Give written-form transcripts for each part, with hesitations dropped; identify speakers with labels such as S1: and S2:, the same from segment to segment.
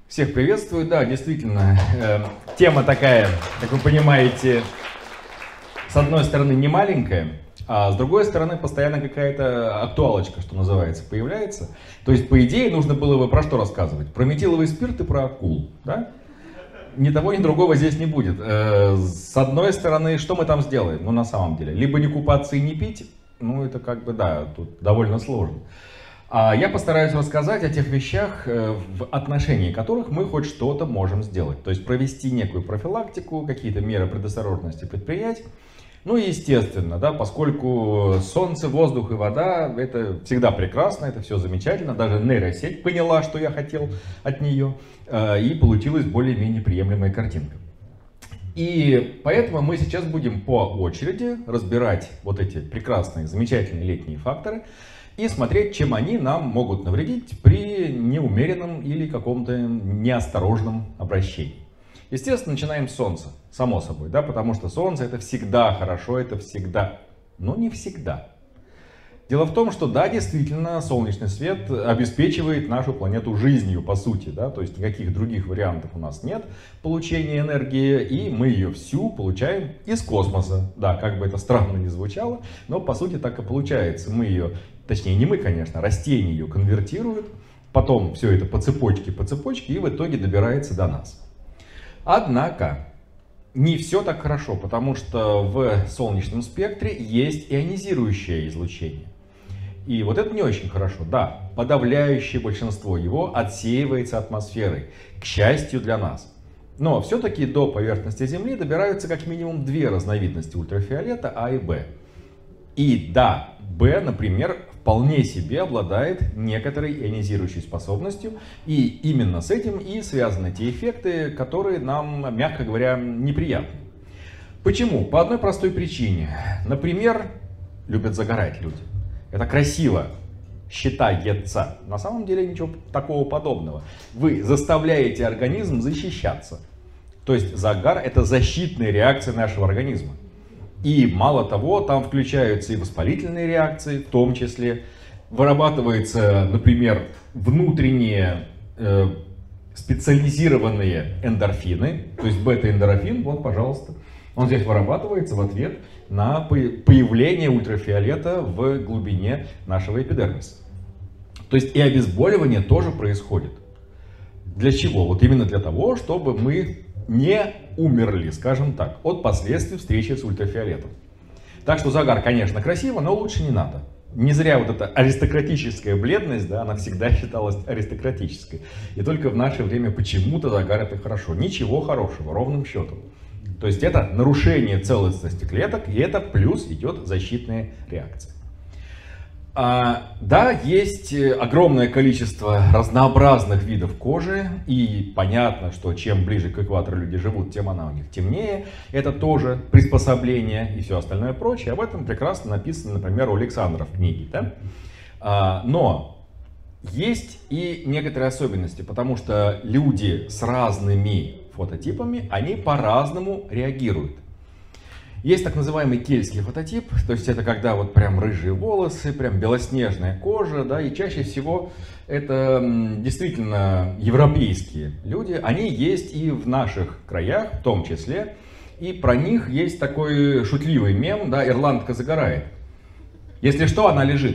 S1: Всех приветствую. Да, действительно, тема такая, как вы понимаете, с одной стороны не маленькая, а с другой стороны постоянно какая-то актуалочка, что называется, появляется. То есть, по идее, нужно было бы про что рассказывать? Про метиловый спирт и про акул, да? Ни того, ни другого здесь не будет. С одной стороны, что мы там сделаем? Ну, на самом деле, либо не купаться и не пить, ну, это как бы, да, тут довольно сложно. А я постараюсь рассказать о тех вещах, в отношении которых мы хоть что-то можем сделать. То есть провести некую профилактику, какие-то меры предосторожности предпринять. Ну и естественно, да, поскольку солнце, воздух и вода, это всегда прекрасно, это все замечательно. Даже нейросеть поняла, что я хотел от нее, и получилась более-менее приемлемая картинка. И поэтому мы сейчас будем по очереди разбирать вот эти прекрасные, замечательные летние факторы и смотреть, чем они нам могут навредить при неумеренном или каком-то неосторожном обращении. Естественно, начинаем с Солнца, само собой, да, потому что Солнце это всегда хорошо, это всегда, но не всегда. Дело в том, что да, действительно, солнечный свет обеспечивает нашу планету жизнью, по сути, да, то есть никаких других вариантов у нас нет получения энергии, и мы ее всю получаем из космоса. Да, как бы это странно ни звучало, но по сути так и получается. Мы ее, точнее не мы, конечно, растения ее конвертируют, потом все это по цепочке, и в итоге добирается до нас. Однако, не все так хорошо, потому что в солнечном спектре есть ионизирующее излучение. И вот это не очень хорошо. Да, подавляющее большинство его отсеивается атмосферой, к счастью для нас. Но все-таки до поверхности Земли добираются как минимум две разновидности ультрафиолета А и Б. И да, Б, например, вполне себе обладает некоторой ионизирующей способностью. И именно с этим и связаны те эффекты, которые нам, мягко говоря, неприятны. Почему? По одной простой причине. Например, любят загорать люди. Это красиво, считается. На самом деле ничего такого подобного. Вы заставляете организм защищаться. То есть загар — это защитная реакция нашего организма. И мало того, там включаются и воспалительные реакции, в том числе. Вырабатываются, например, внутренние специализированные эндорфины. То есть бета-эндорфин, вот, пожалуйста. Он здесь вырабатывается в ответ на появление ультрафиолета в глубине нашего эпидермиса. То есть и обезболивание тоже происходит. Для чего? Вот именно для того, чтобы мы не умерли, скажем так, от последствий встречи с ультрафиолетом. Так что загар, конечно, красиво, но лучше не надо. Не зря вот эта аристократическая бледность, да, она всегда считалась аристократической. И только в наше время почему-то загар это хорошо. Ничего хорошего, ровным счетом. То есть это нарушение целостности клеток, и это плюс идет защитная реакция. Да, есть огромное количество разнообразных видов кожи, и понятно, что чем ближе к экватору люди живут, тем она у них темнее. Это тоже приспособление и все остальное прочее. Об этом прекрасно написано, например, у Александра в книге. Да? Но есть и некоторые особенности, потому что люди с разными фототипами, они по-разному реагируют. Есть так называемый кельтский фототип, то есть это когда вот прям рыжие волосы, прям белоснежная кожа, да, и чаще всего это действительно европейские люди, они есть и в наших краях, в том числе, и про них есть такой шутливый мем, да, ирландка загорает. Если что, она лежит.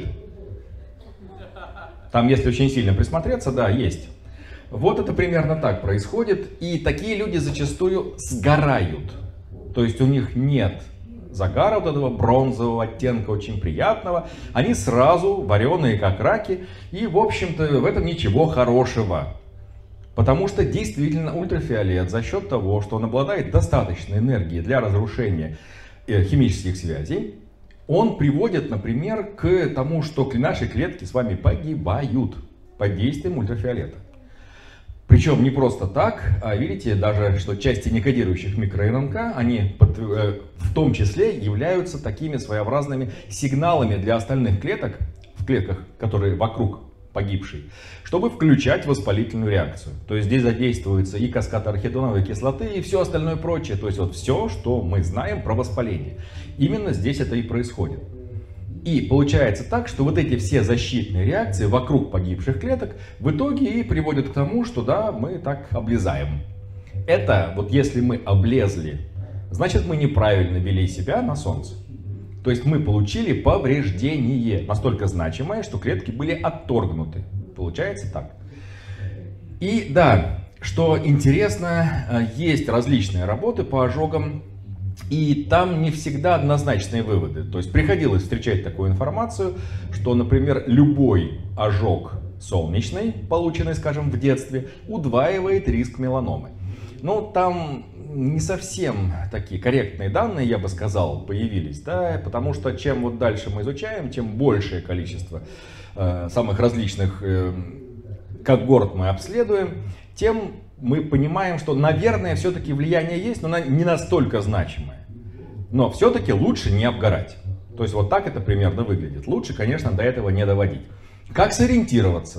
S1: Там, если очень сильно присмотреться, да, есть. Вот это примерно так происходит, и такие люди зачастую сгорают. То есть у них нет загара вот этого бронзового оттенка, очень приятного. Они сразу вареные, как раки, и, в общем-то, в этом ничего хорошего. Потому что действительно ультрафиолет за счет того, что он обладает достаточной энергией для разрушения химических связей, он приводит, например, к тому, что наши клетки с вами погибают под действием ультрафиолета. Причем не просто так, а видите, даже что части некодирующих микро-РНК, они в том числе являются такими своеобразными сигналами для остальных клеток, в клетках, которые вокруг погибшей, чтобы включать воспалительную реакцию. То есть здесь задействуется и каскад арахидоновой кислоты, и все остальное прочее. То есть вот все, что мы знаем про воспаление. Именно здесь это и происходит. И получается так, что вот эти все защитные реакции вокруг погибших клеток в итоге и приводят к тому, что да, мы так облезаем. Это вот если мы облезли, значит мы неправильно вели себя на Солнце. То есть мы получили повреждение, настолько значимое, что клетки были отторгнуты. Получается так. И да, что интересно, есть различные работы по ожогам, и там не всегда однозначные выводы. То есть приходилось встречать такую информацию, что, например, любой ожог солнечный, полученный, скажем, в детстве, удваивает риск меланомы. Но там не совсем такие корректные данные, я бы сказал, появились, да, потому что чем вот дальше мы изучаем, тем большее количество самых различных когорт мы обследуем, тем мы понимаем, что, наверное, все-таки влияние есть, но не настолько значимое. Но все-таки лучше не обгорать. То есть вот так это примерно выглядит. Лучше, конечно, до этого не доводить. Как сориентироваться?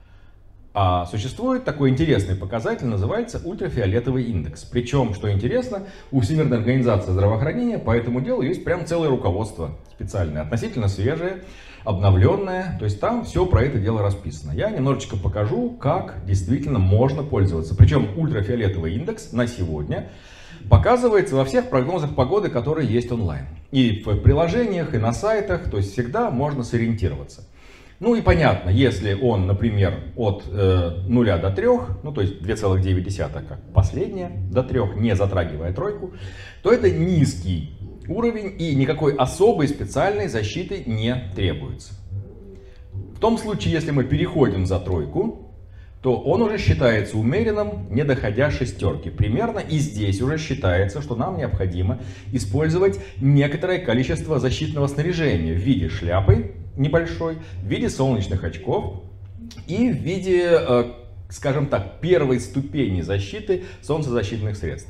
S1: А существует такой интересный показатель, называется ультрафиолетовый индекс. Причем, что интересно, у Всемирной организации здравоохранения по этому делу есть прям целое руководство специальное, относительно свежее, обновленное. То есть там все про это дело расписано. Я немножечко покажу, как действительно можно пользоваться. Причем ультрафиолетовый индекс на сегодня показывается во всех прогнозах погоды, которые есть онлайн. И в приложениях, и на сайтах, то есть всегда можно сориентироваться. Ну и понятно, если он, например, от 0 до 3, ну то есть 2,9, как последняя, до 3, не затрагивая тройку, то это низкий уровень и никакой особой специальной защиты не требуется. В том случае, если мы переходим за тройку, то он уже считается умеренным, не доходя шестерки примерно, и здесь уже считается, что нам необходимо использовать некоторое количество защитного снаряжения в виде шляпы небольшой, в виде солнечных очков и в виде, скажем так, первой ступени защиты солнцезащитных средств.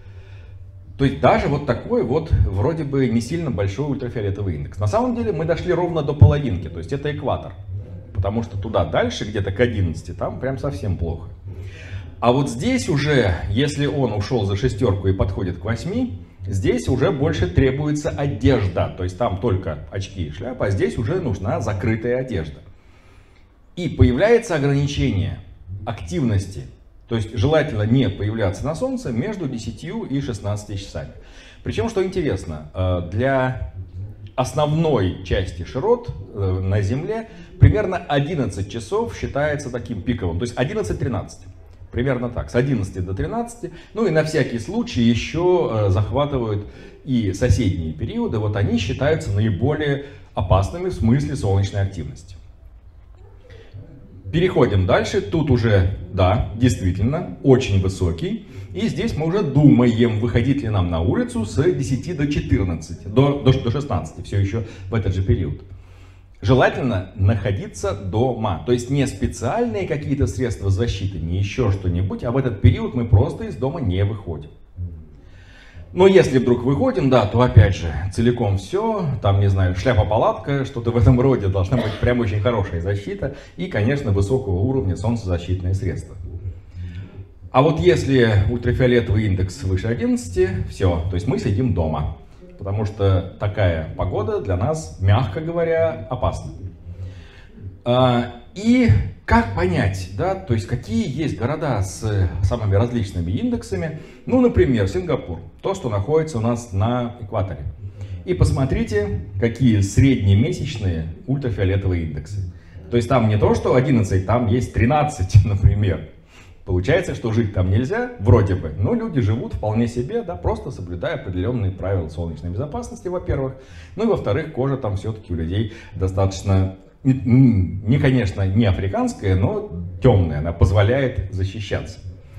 S1: То есть даже вот такой вот вроде бы не сильно большой ультрафиолетовый индекс. На самом деле мы дошли ровно до половинки, то есть это экватор. Потому что туда дальше, где-то к 11, там прям совсем плохо. А вот здесь уже, если он ушел за шестерку и подходит к 8, здесь уже больше требуется одежда. То есть там только очки и шляпа, а здесь уже нужна закрытая одежда. И появляется ограничение активности. То есть желательно не появляться на солнце между 10 и 16 часами. Причем, что интересно, для основной части широт на Земле примерно 11 часов считается таким пиковым. То есть 11-13. Примерно так, с 11 до 13. Ну и на всякий случай еще захватывают и соседние периоды. Вот они считаются наиболее опасными в смысле солнечной активности. Переходим дальше. Тут уже, да, действительно, очень высокий. И здесь мы уже думаем, выходить ли нам на улицу с 10 до 14, до 16, все еще в этот же период. Желательно находиться дома. То есть не специальные какие-то средства защиты, не еще что-нибудь, а в этот период мы просто из дома не выходим. Но если вдруг выходим, да, то опять же, целиком все, там, не знаю, шляпа-палатка, что-то в этом роде, должна быть прям очень хорошая защита и, конечно, высокого уровня солнцезащитные средства. А вот если ультрафиолетовый индекс выше 11, все, то есть мы сидим дома, потому что такая погода для нас, мягко говоря, опасна. И как понять, да, то есть какие есть города с самыми различными индексами, ну, например, Сингапур, то, что находится у нас на экваторе. И посмотрите, какие среднемесячные ультрафиолетовые индексы. То есть там не то, что 11, там есть 13, например. Получается, что жить там нельзя, вроде бы, но люди живут вполне себе, да, просто соблюдая определенные правила солнечной безопасности, во-первых. Ну и во-вторых, кожа там все-таки у людей достаточно, конечно, не африканская, но темная, она позволяет защищаться.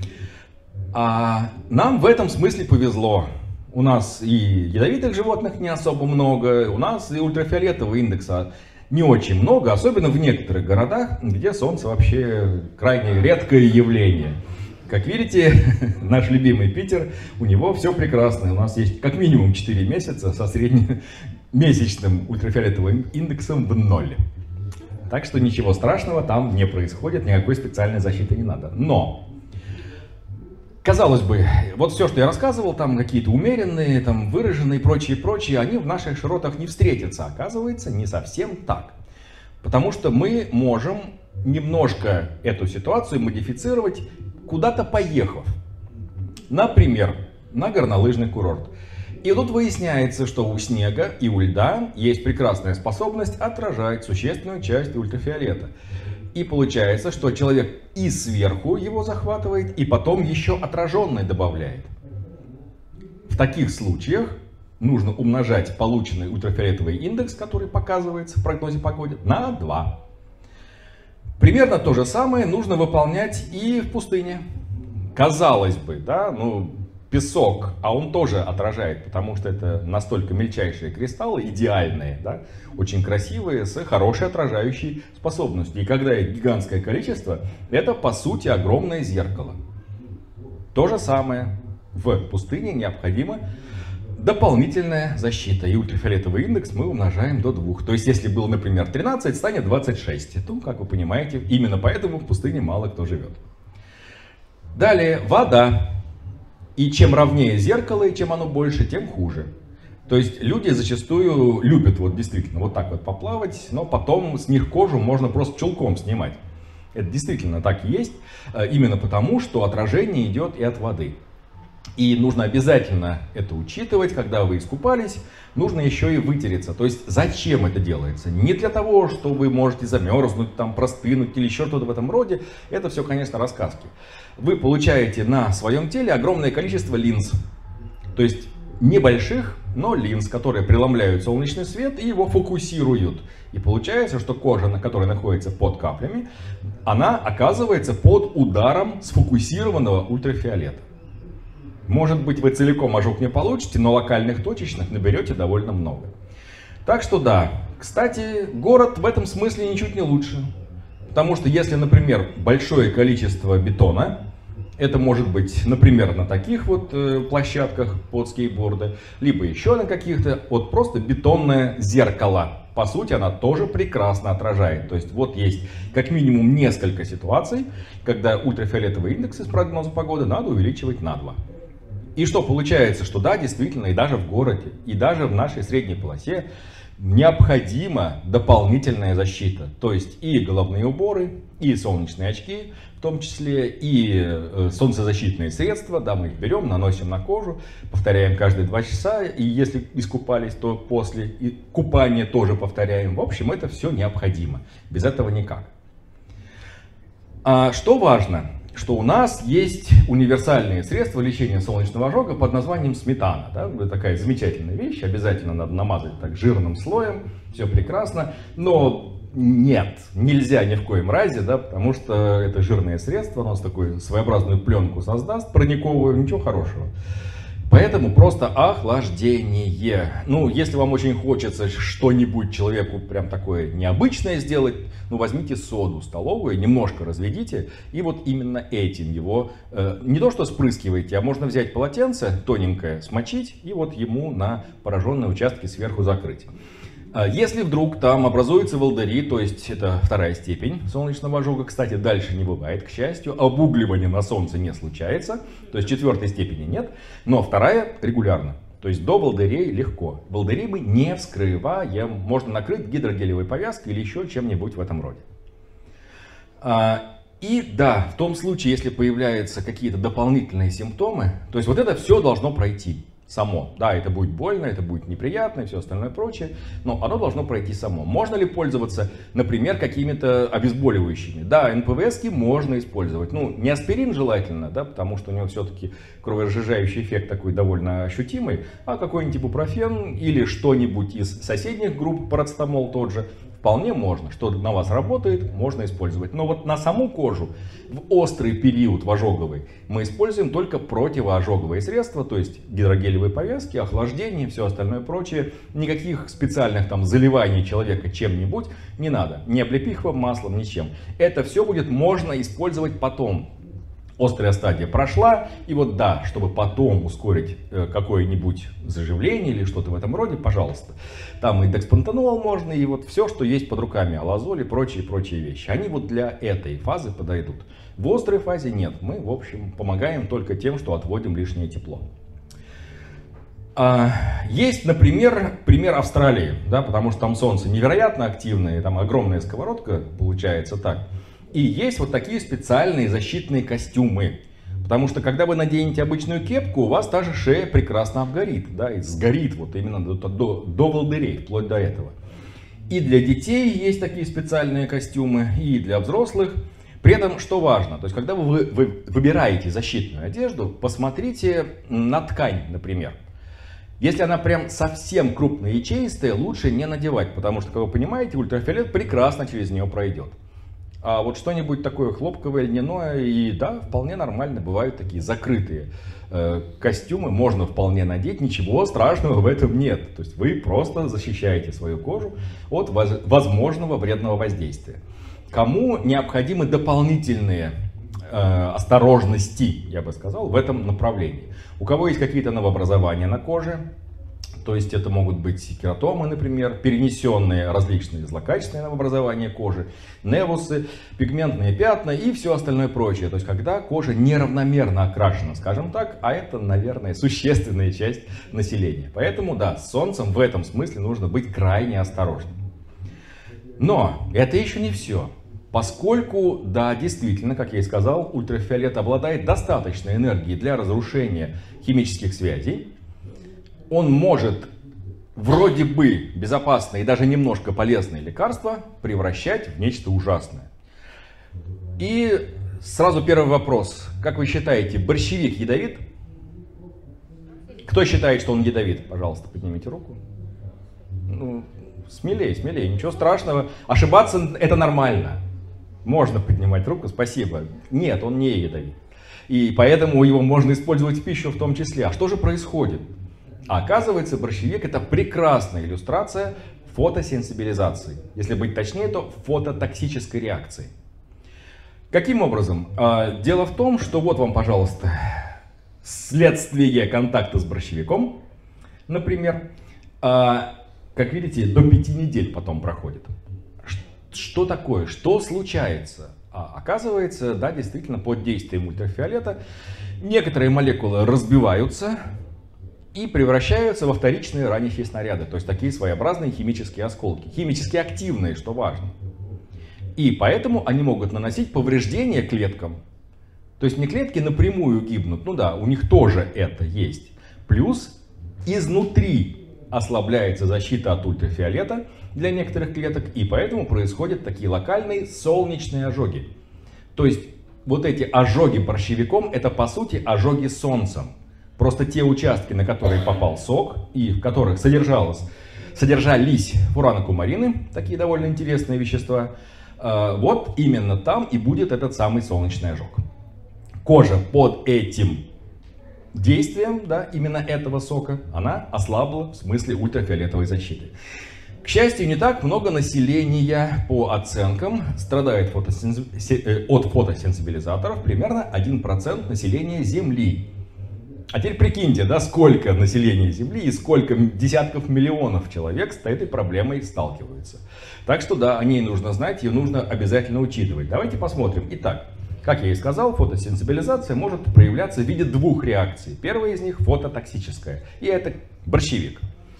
S1: А нам в этом смысле повезло. У нас и ядовитых животных не особо много, у нас и ультрафиолетового индекса не очень много, особенно в некоторых городах, где солнце вообще крайне редкое явление. Как видите, наш любимый Питер, у него все прекрасно. У нас есть как минимум 4 месяца со среднемесячным ультрафиолетовым индексом в 0. Так что ничего страшного там не происходит, никакой специальной защиты не надо. Но Казалось бы, вот все, что я рассказывал, там какие-то умеренные, там выраженные и прочие, они в наших широтах не встретятся. Оказывается, не совсем так. Потому что мы можем немножко эту ситуацию модифицировать, куда-то поехав. Например, на горнолыжный курорт. И тут выясняется, что у снега и у льда есть прекрасная способность отражать существенную часть ультрафиолета. И получается, что человек и сверху его захватывает, и потом еще отраженный добавляет. В таких случаях нужно умножать полученный ультрафиолетовый индекс, который показывается в прогнозе погоды, на 2. Примерно то же самое нужно выполнять и в пустыне. Казалось бы, да, песок, а он тоже отражает, потому что это настолько мельчайшие кристаллы, идеальные, да, очень красивые, с хорошей отражающей способностью. И когда их гигантское количество, это по сути огромное зеркало. То же самое в пустыне необходима дополнительная защита. И ультрафиолетовый индекс мы умножаем до 2. То есть, если был, например, 13, станет 26. Ну, как вы понимаете, именно поэтому в пустыне мало кто живет. Далее, вода. И чем ровнее зеркало, и чем оно больше, тем хуже. То есть люди зачастую любят вот действительно вот так вот поплавать, но потом с них кожу можно просто чулком снимать. Это действительно так и есть, именно потому, что отражение идет и от воды. И нужно обязательно это учитывать, когда вы искупались, нужно еще и вытереться. То есть зачем это делается? Не для того, что вы можете замерзнуть, там, простынуть или еще что-то в этом роде. Это все, конечно, рассказки. Вы получаете на своем теле огромное количество линз. То есть небольших, но линз, которые преломляют солнечный свет и его фокусируют. И получается, что кожа, которая находится под каплями, она оказывается под ударом сфокусированного ультрафиолета. Может быть, вы целиком ожог не получите, но локальных точечных наберете довольно много. Так что да, кстати, город в этом смысле ничуть не лучше. Потому что если, например, большое количество бетона, это может быть, например, на таких вот площадках под скейтборды, либо еще на каких-то, вот просто бетонное зеркало. По сути, она тоже прекрасно отражает. То есть вот есть как минимум несколько ситуаций, когда ультрафиолетовый индекс из прогноза погоды надо увеличивать на 2. И что получается, что да, действительно, и даже в городе, и даже в нашей средней полосе необходима дополнительная защита. То есть и головные уборы, и солнечные очки, в том числе и солнцезащитные средства. Да, мы их берем, наносим на кожу, повторяем каждые 2 часа. И если искупались, то после купания тоже повторяем. В общем, это все необходимо. Без этого никак. А что важно? Что у нас есть универсальные средства лечения солнечного ожога под названием сметана. Да? Это такая замечательная вещь, обязательно надо намазать так жирным слоем, все прекрасно. Но нет, нельзя ни в коем разе, да, потому что это жирное средство, оно такую своеобразную пленку создаст, прониковую, ничего хорошего. Поэтому просто охлаждение. Ну, если вам очень хочется что-нибудь человеку прям такое необычное сделать, ну, возьмите соду столовую, немножко разведите, и вот именно этим его, не то что спрыскиваете, а можно взять полотенце тоненькое, смочить и вот ему на пораженные участки сверху закрыть. Если вдруг там образуются волдыри, то есть это 2-я степень солнечного ожога, кстати, дальше не бывает, к счастью, обугливание на солнце не случается, то есть 4-й степени нет, но 2-я регулярно, то есть до волдырей легко. Волдыри мы не вскрываем, можно накрыть гидрогелевой повязкой или еще чем-нибудь в этом роде. И да, в том случае, если появляются какие-то дополнительные симптомы, то есть вот это все должно пройти само. Да, это будет больно, это будет неприятно и все остальное прочее, но оно должно пройти само. Можно ли пользоваться, например, какими-то обезболивающими? Да, НПВСки можно использовать. Ну, не аспирин желательно, да, потому что у него все-таки кроворазжижающий эффект такой довольно ощутимый, а какой-нибудь ибупрофен или что-нибудь из соседних групп, парацетамол тот же, вполне можно. Что на вас работает, можно использовать. Но вот на саму кожу в острый период, в ожоговый, мы используем только противоожоговые средства, то есть гидрогелевые повязки, охлаждение, все остальное прочее. Никаких специальных там заливаний человека чем-нибудь не надо. Ни облепиховым маслом, ничем. Это все будет можно использовать потом. острая стадия прошла, и вот да, чтобы потом ускорить какое-нибудь заживление или что-то в этом роде, пожалуйста. Там и декспантенол можно, и вот все, что есть под руками, алазоль и прочие вещи. Они вот для этой фазы подойдут. В острой фазе нет. Мы, в общем, помогаем только тем, что отводим лишнее тепло. Есть, например, пример Австралии, да, потому что там солнце невероятно активное, там огромная сковородка, получается так. И есть вот такие специальные защитные костюмы. Потому что когда вы наденете обычную кепку, у вас та же шея прекрасно обгорит, да, и сгорит вот именно до волдырей, вплоть до этого. И для детей есть такие специальные костюмы, и для взрослых. При этом, что важно, то есть когда вы выбираете защитную одежду, посмотрите на ткань, например. Если она прям совсем крупная и ячеистая, лучше не надевать, потому что, как вы понимаете, ультрафиолет прекрасно через нее пройдет. А вот что-нибудь такое хлопковое, льняное, и да, вполне нормально, бывают такие закрытые костюмы, можно вполне надеть, ничего страшного в этом нет. То есть вы просто защищаете свою кожу от возможного вредного воздействия. Кому необходимы дополнительные осторожности, я бы сказал, в этом направлении? У кого есть какие-то новообразования на коже, то есть это могут быть кератомы, например, перенесенные различные злокачественные новообразования кожи, невусы, пигментные пятна и все остальное прочее. То есть когда кожа неравномерно окрашена, скажем так, а это, наверное, существенная часть населения. Поэтому да, с солнцем в этом смысле нужно быть крайне осторожным. Но это еще не все. Поскольку, да, действительно, как я и сказал, ультрафиолет обладает достаточной энергией для разрушения химических связей, он может вроде бы безопасное и даже немножко полезное лекарство превращать в нечто ужасное. И сразу первый вопрос. Как вы считаете, борщевик ядовит? Кто считает, что он ядовит? Пожалуйста, поднимите руку. Ну, смелее, смелее, ничего страшного. Ошибаться это нормально. Можно поднимать руку, спасибо. Нет, он не ядовит. И поэтому его можно использовать в пищу в том числе. А что же происходит? Оказывается, борщевик — это прекрасная иллюстрация фотосенсибилизации. Если быть точнее, то фототоксической реакции. Каким образом? Дело в том, что вот вам, пожалуйста, следствие контакта с борщевиком, например. Как видите, до 5 недель потом проходит. Что такое? Что случается? Оказывается, да, действительно, под действием ультрафиолета некоторые молекулы разбиваются и превращаются во вторичные ранящие снаряды, то есть такие своеобразные химические осколки, химически активные, что важно. И поэтому они могут наносить повреждения клеткам. То есть не клетки напрямую гибнут, ну да, у них тоже это есть. Плюс изнутри ослабляется защита от ультрафиолета для некоторых клеток, и поэтому происходят такие локальные солнечные ожоги. То есть вот эти ожоги борщевиком — это по сути ожоги солнцем. Просто те участки, на которые попал сок и в которых содержались фуранокумарины, такие довольно интересные вещества, вот именно там и будет этот самый солнечный ожог. Кожа под этим действием, да, именно этого сока, она ослабла в смысле ультрафиолетовой защиты. К счастью, не так много населения, по оценкам, страдает от фотосенсибилизаторов, примерно 1% населения Земли. А теперь прикиньте, да, сколько населения Земли и сколько десятков миллионов человек с этой проблемой сталкиваются. Так что да, о ней нужно знать, ее нужно обязательно учитывать. Давайте посмотрим. Итак, как я и сказал, фотосенсибилизация может проявляться в виде двух реакций. Первая из них фототоксическая, и это борщевик.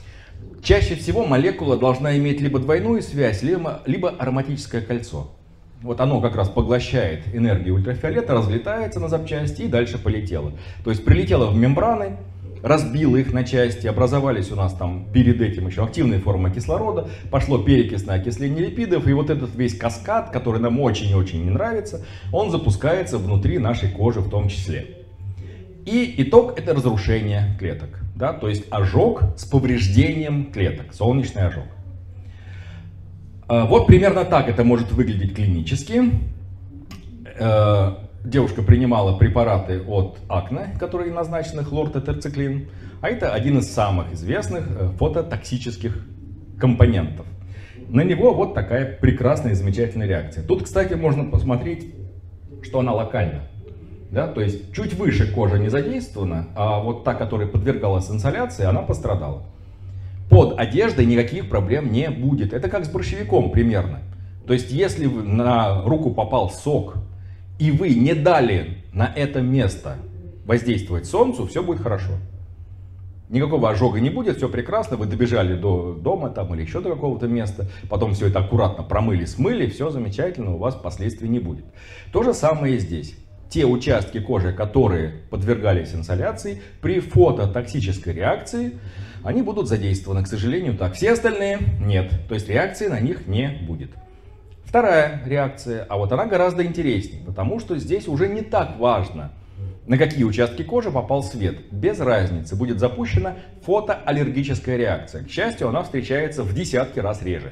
S1: Чаще всего молекула должна иметь либо двойную связь, либо ароматическое кольцо. Вот оно как раз поглощает энергию ультрафиолета, разлетается на запчасти и дальше полетело. То есть прилетело в мембраны, разбило их на части, образовались у нас там перед этим еще активные формы кислорода, пошло перекисное окисление липидов, и вот этот весь каскад, который нам очень-очень не нравится, он запускается внутри нашей кожи в том числе. И итог — это разрушение клеток, да? То есть ожог с повреждением клеток, солнечный ожог. Вот примерно так это может выглядеть клинически. Девушка принимала препараты от акне, которые назначены хлортетрациклин, а это один из самых известных фототоксических компонентов. На него вот такая прекрасная и замечательная реакция. Тут, кстати, можно посмотреть, что она локальна. Да? То есть чуть выше кожа не задействована, а вот та, которая подвергалась инсоляции, она пострадала. Под одеждой никаких проблем не будет. Это как с борщевиком примерно. То есть если на руку попал сок, и вы не дали на это место воздействовать солнцу, все будет хорошо. Никакого ожога не будет, все прекрасно, вы добежали до дома там, или еще до какого-то места, потом все это аккуратно промыли, смыли, все замечательно, у вас последствий не будет. То же самое и здесь. Те участки кожи, которые подвергались инсоляции, при фототоксической реакции, они будут задействованы, к сожалению, так. Все остальные нет, то есть реакции на них не будет. Вторая реакция, а вот она гораздо интереснее, потому что здесь уже не так важно, на какие участки кожи попал свет. Без разницы, будет запущена фотоаллергическая реакция. К счастью, она встречается в десятки раз реже.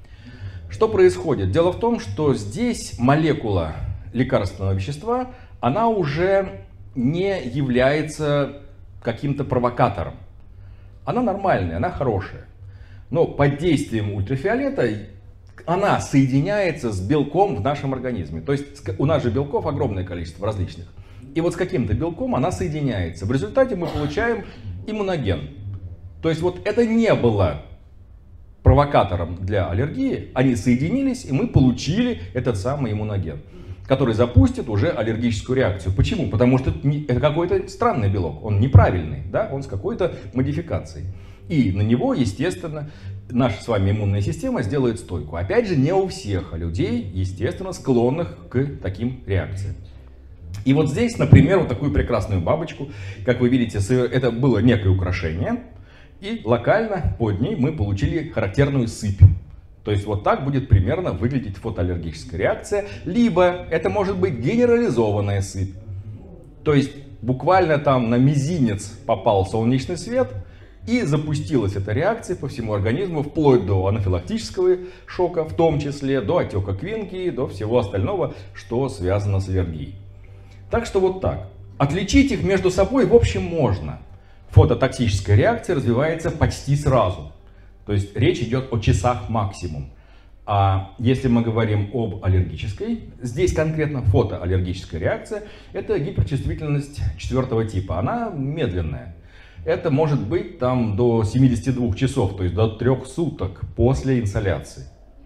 S1: Что происходит? Дело в том, что здесь молекула лекарственного вещества, она уже не является каким-то провокатором. Она нормальная, она хорошая. Но под действием ультрафиолета она соединяется с белком в нашем организме. То есть у нас же белков огромное количество различных. И вот с каким-то белком она соединяется. В результате мы получаем иммуноген. То есть вот это не было провокатором для аллергии. Они соединились, и мы получили этот самый иммуноген, который запустит уже аллергическую реакцию. Почему? Потому что это какой-то странный белок. Он неправильный, да? Он с какой-то модификацией. И на него, естественно, наша с вами иммунная система сделает стойку. Опять же, не у всех людей, естественно, склонных к таким реакциям. И вот здесь, например, вот такую прекрасную бабочку, как вы видите, это было некое украшение. И локально под ней мы получили характерную сыпь. То есть вот так будет примерно выглядеть фотоаллергическая реакция. Либо это может быть генерализованная сыпь. То есть буквально там на мизинец попал солнечный свет, и запустилась эта реакция по всему организму, вплоть до анафилактического шока, в том числе до отека квинки, до всего остального, что связано с аллергией. Так что вот так. Отличить их между собой в общем можно. Фототоксическая реакция развивается почти сразу. То есть речь идет о часах максимум. А если мы говорим об аллергической, здесь конкретно фотоаллергическая реакция, это гиперчувствительность 4-го типа. Она медленная. Это может быть там до 72 часов, то есть до 3 суток после инсоляции.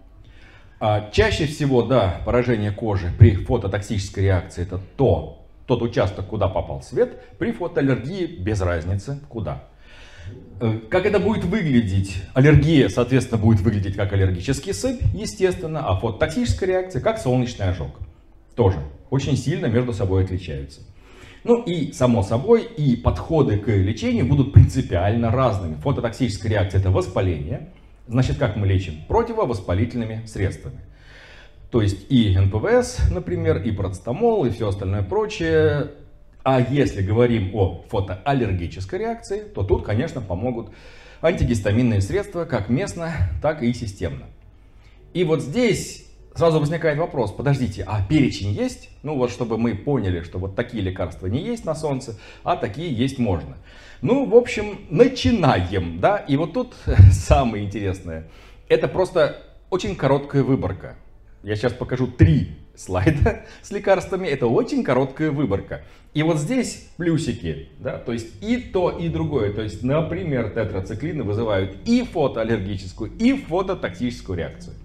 S1: Чаще всего, да, поражение кожи при фототоксической реакции это тот участок, куда попал свет, при фотоаллергии без разницы куда. Как это будет выглядеть? Аллергия, соответственно, будет выглядеть как аллергический сыпь, естественно, а фототоксическая реакция как солнечный ожог. Тоже очень сильно между собой отличаются. Ну и, само собой, и подходы к лечению будут принципиально разными. Фототоксическая реакция – это воспаление. Значит, как мы лечим? Противовоспалительными средствами. То есть и НПВС, например, и парацетамол, и все остальное прочее. А если говорим о фотоаллергической реакции, то тут, конечно, помогут антигистаминные средства, как местно, так и системно. И вот здесь сразу возникает вопрос, подождите, а перечень есть? Ну вот, чтобы мы поняли, что вот такие лекарства не есть на солнце, а такие есть можно. Ну, в общем, начинаем, да? И вот тут самое интересное, это просто очень короткая выборка. Я сейчас покажу 3 слайда с лекарствами, это очень короткая выборка. И вот здесь плюсики, да, то есть и то, и другое. То есть, например, тетрациклины вызывают и фотоаллергическую, и фототоксическую реакцию.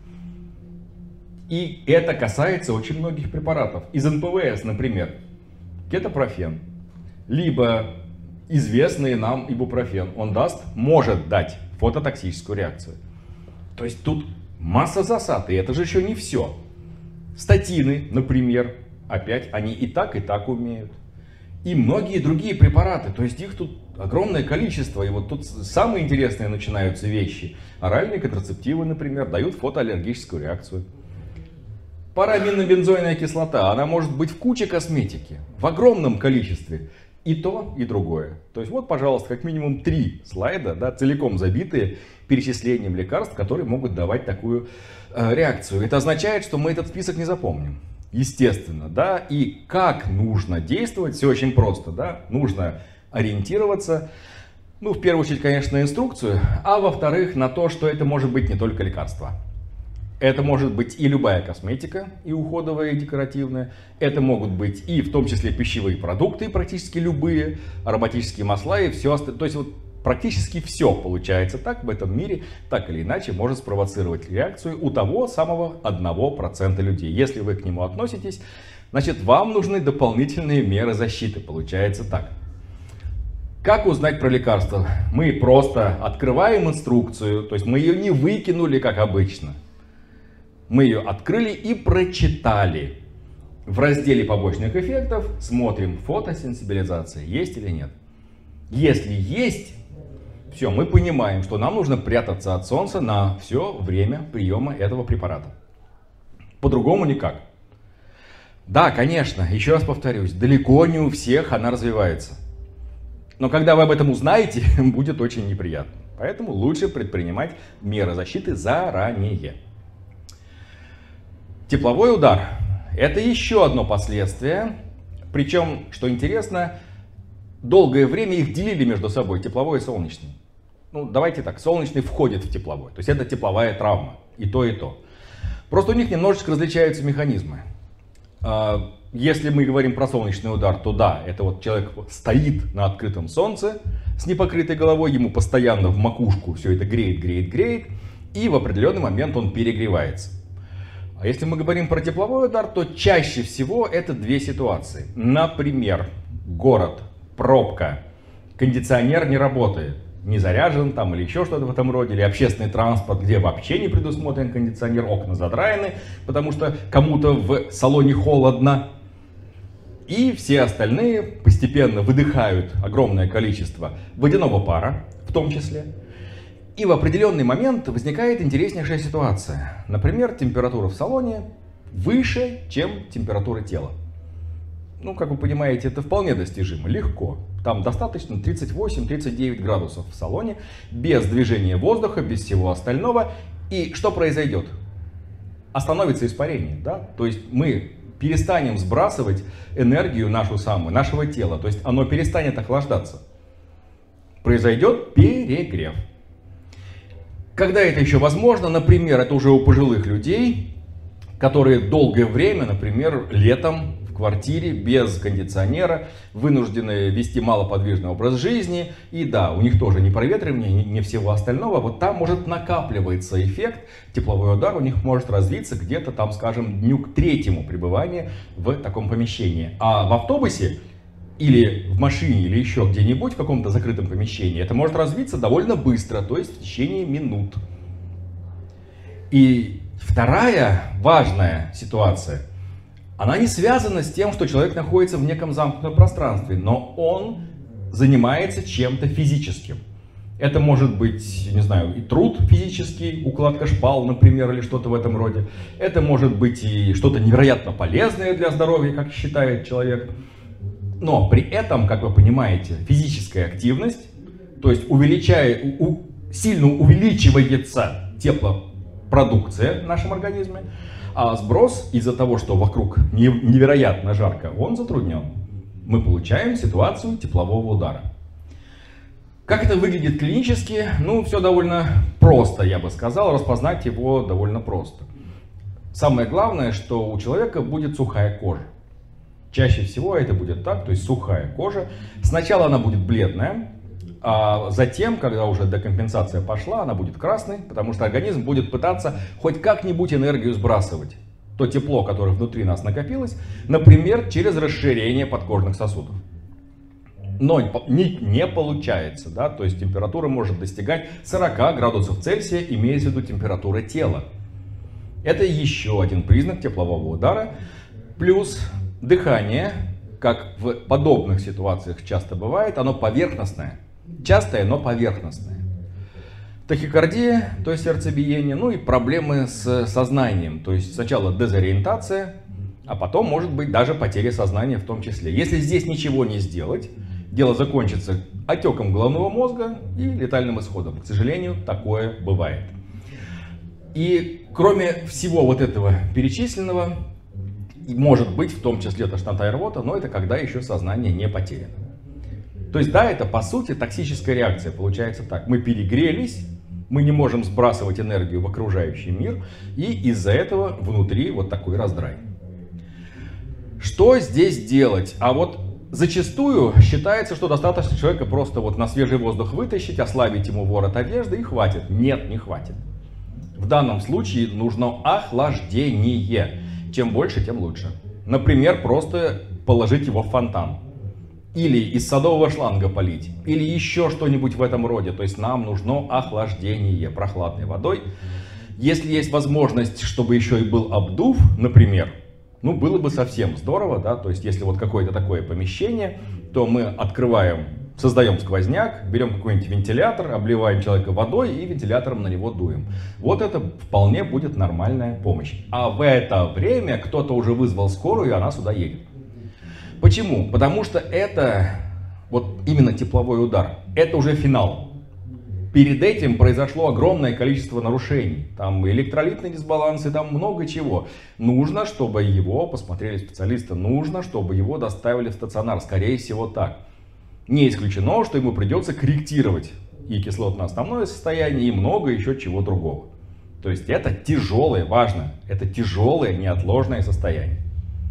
S1: И это касается очень многих препаратов. Из НПВС, например, кетопрофен, либо известный нам ибупрофен. Он может дать фототоксическую реакцию. То есть тут масса засад, и это же еще не все. Статины, например, опять они и так умеют. И многие другие препараты, то есть их тут огромное количество. И вот тут самые интересные начинаются вещи. Оральные контрацептивы, например, дают фотоаллергическую реакцию. Параминобензойная кислота, она может быть в куче косметики, в огромном количестве. И то, и другое. То есть вот, пожалуйста, как минимум 3 слайда, да, целиком забитые перечислением лекарств, которые могут давать такую реакцию. Это означает, что мы этот список не запомним. Естественно, да. И как нужно действовать, все очень просто, да. Нужно ориентироваться, ну, в первую очередь, конечно, на инструкцию, а во-вторых, на то, что это может быть не только лекарство. Это может быть и любая косметика, и уходовая, и декоративная. Это могут быть и в том числе пищевые продукты, практически любые, ароматические масла и все остальное. То есть вот практически все получается так в этом мире, так или иначе может спровоцировать реакцию у того самого 1% людей. Если вы к нему относитесь, значит вам нужны дополнительные меры защиты. Получается так. Как узнать про лекарство? Мы просто открываем инструкцию, то есть мы ее не выкинули, как обычно. Мы ее открыли и прочитали. В разделе побочных эффектов смотрим, фотосенсибилизация есть или нет. Если есть, все, мы понимаем, что нам нужно прятаться от солнца на все время приема этого препарата. По-другому никак. Да, конечно, еще раз повторюсь, далеко не у всех она развивается. Но когда вы об этом узнаете, будет очень неприятно. Поэтому лучше предпринимать меры защиты заранее. Тепловой удар – это еще одно последствие. Причем, что интересно, долгое время их делили между собой, тепловой и солнечный. Ну, давайте так, солнечный входит в тепловой. То есть это тепловая травма, и то, и то. Просто у них немножечко различаются механизмы. Если мы говорим про солнечный удар, то да, это вот человек стоит на открытом солнце с непокрытой головой, ему постоянно в макушку все это греет, греет, греет, и в определенный момент он перегревается. А если мы говорим про тепловой удар, то чаще всего это две ситуации. Например, город, пробка, кондиционер не работает, не заряжен там или еще что-то в этом роде, или общественный транспорт, где вообще не предусмотрен кондиционер, окна задраены, потому что кому-то в салоне холодно. И все остальные постепенно выдыхают огромное количество водяного пара, в том числе. И в определенный момент возникает интереснейшая ситуация. Например, температура в салоне выше, чем температура тела. Ну, как вы понимаете, это вполне достижимо, легко. Там достаточно 38-39 градусов в салоне, без движения воздуха, без всего остального. И что произойдет? Остановится испарение, да? То есть мы перестанем сбрасывать энергию нашу самую, нашего тела. То есть оно перестанет охлаждаться. Произойдет перегрев. Когда это еще возможно? Например, это уже у пожилых людей, которые долгое время, например, летом в квартире без кондиционера, вынуждены вести малоподвижный образ жизни. И да, у них тоже не проветривание, не всего остального. Вот там может накапливаться эффект, тепловой удар у них может развиться где-то там, скажем, дню к 3-му пребывания в таком помещении. А в автобусе или в машине, или еще где-нибудь в каком-то закрытом помещении это может развиться довольно быстро, то есть в течение минут. И вторая важная ситуация, она не связана с тем, что человек находится в неком замкнутом пространстве, но он занимается чем-то физическим. Это может быть, не знаю, и труд физический, укладка шпал, например, или что-то в этом роде. Это может быть и что-то невероятно полезное для здоровья, как считает человек. Но при этом, как вы понимаете, физическая активность, то есть сильно увеличивается теплопродукция в нашем организме, а сброс из-за того, что вокруг невероятно жарко, он затруднен. Мы получаем ситуацию теплового удара. Как это выглядит клинически? Ну, все довольно просто, я бы сказал, распознать его довольно просто. Самое главное, что у человека будет сухая кожа. Чаще всего это будет так, то есть сухая кожа. Сначала она будет бледная, а затем, когда уже декомпенсация пошла, она будет красной, потому что организм будет пытаться хоть как-нибудь энергию сбрасывать. То тепло, которое внутри нас накопилось, например, через расширение подкожных сосудов. Но не получается, да? То есть температура может достигать 40 градусов Цельсия, имеется в виду температура тела. Это еще один признак теплового удара. Плюс дыхание, как в подобных ситуациях часто бывает, оно поверхностное. Частое, но поверхностное. Тахикардия, то есть сердцебиение, ну и проблемы с сознанием. То есть сначала дезориентация, а потом может быть даже потеря сознания в том числе. Если здесь ничего не сделать, дело закончится отеком головного мозга и летальным исходом. К сожалению, такое бывает. И кроме всего вот этого перечисленного, может быть в том числе тошнота и рвота, но это когда еще сознание не потеряно. То есть да, это по сути токсическая реакция. Получается так, мы перегрелись, Мы не можем сбрасывать энергию в окружающий мир, и из-за этого внутри вот такой раздрай. Что здесь делать? А вот зачастую считается, что достаточно человека просто вот на свежий воздух вытащить, ослабить ему ворот одежды и хватит. Нет, не хватит. В данном случае нужно охлаждение. Чем больше, тем лучше. Например, просто положить его в фонтан. Или из садового шланга полить. Или еще что-нибудь в этом роде. То есть нам нужно охлаждение прохладной водой. Если есть возможность, чтобы еще и был обдув, например, ну, было бы совсем здорово, да, то есть если вот какое-то такое помещение, то мы открываем, создаем сквозняк, берем какой-нибудь вентилятор, обливаем человека водой и вентилятором на него дуем. Вот это вполне будет нормальная помощь. А в это время кто-то уже вызвал скорую, и она сюда едет. Почему? Потому что это, вот именно тепловой удар, это уже финал. Перед этим произошло огромное количество нарушений. Там электролитные дисбалансы, там много чего. Нужно, чтобы его посмотрели специалисты. Нужно, чтобы его доставили в стационар. Скорее всего так. Не исключено, что ему придется корректировать и кислотно-основное состояние, и много еще чего другого. То есть это тяжелое, важно, это тяжелое неотложное состояние.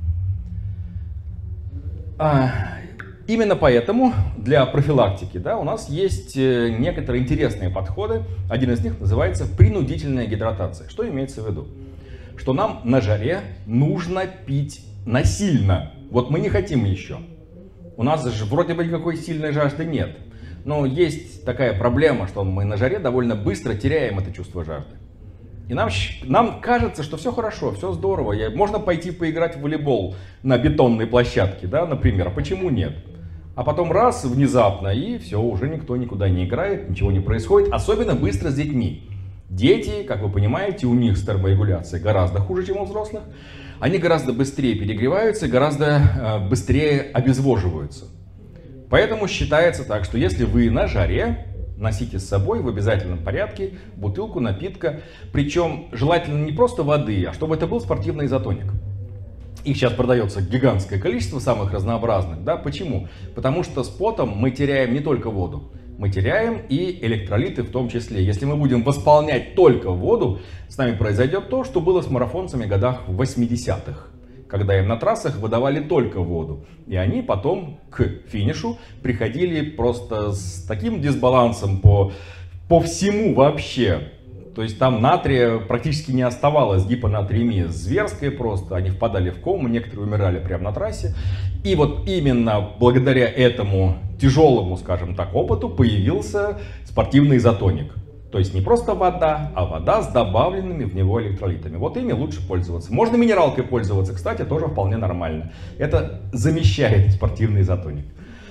S1: Именно поэтому для профилактики, да, у нас есть некоторые интересные подходы. Один из них называется принудительная гидратация. Что имеется в виду? Что нам на жаре нужно пить насильно. Вот мы не хотим еще. У нас же вроде бы никакой сильной жажды нет. Но есть такая проблема, что мы на жаре довольно быстро теряем это чувство жажды. И нам кажется, что все хорошо, все здорово. Можно пойти поиграть в волейбол на бетонной площадке, да, например. А почему нет? А потом раз, внезапно, и все, уже никто никуда не играет, ничего не происходит. Особенно быстро с детьми. Дети, как вы понимаете, у них с терморегуляцией гораздо хуже, чем у взрослых. Они гораздо быстрее перегреваются, гораздо быстрее обезвоживаются. Поэтому считается так, что если вы на жаре, носите с собой в обязательном порядке бутылку напитка. Причем желательно не просто воды, а чтобы это был спортивный изотоник. Их сейчас продается гигантское количество, самых разнообразных. Да? Почему? Потому что с потом мы теряем не только воду, мы теряем и электролиты в том числе. Если мы будем восполнять только воду, с нами произойдет то, что было с марафонцами в годах 80-х. Когда им на трассах выдавали только воду. И они потом к финишу приходили просто с таким дисбалансом по всему вообще. То есть там натрия практически не оставалось, гипонатриемия зверская просто. Они впадали в кому, некоторые умирали прямо на трассе. И вот именно благодаря этому тяжелому, скажем так, опыту появился спортивный изотоник. То есть не просто вода, а вода с добавленными в него электролитами. Вот ими лучше пользоваться. Можно минералкой пользоваться, кстати, тоже вполне нормально. Это замещает спортивный изотоник.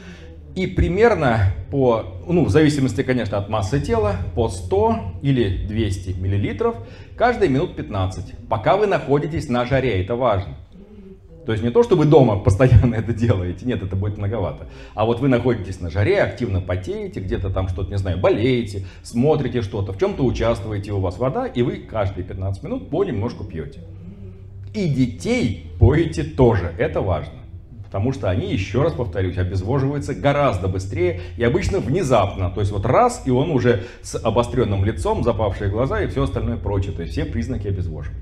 S1: И примерно в зависимости, конечно, от массы тела, по 100 или 200 мл каждые минут 15. Пока вы находитесь на жаре, это важно. То есть не то, что вы дома постоянно это делаете, нет, это будет многовато. А вот вы находитесь на жаре, активно потеете, где-то там что-то, не знаю, болеете, смотрите что-то, в чем-то участвуете, у вас вода, и вы каждые 15 минут понемножку пьете. И детей поете тоже, это важно. Потому что они, еще раз повторюсь, обезвоживаются гораздо быстрее и обычно внезапно. То есть вот раз, и он уже с обостренным лицом, запавшие глаза и все остальное прочее. То есть все признаки обезвоживания.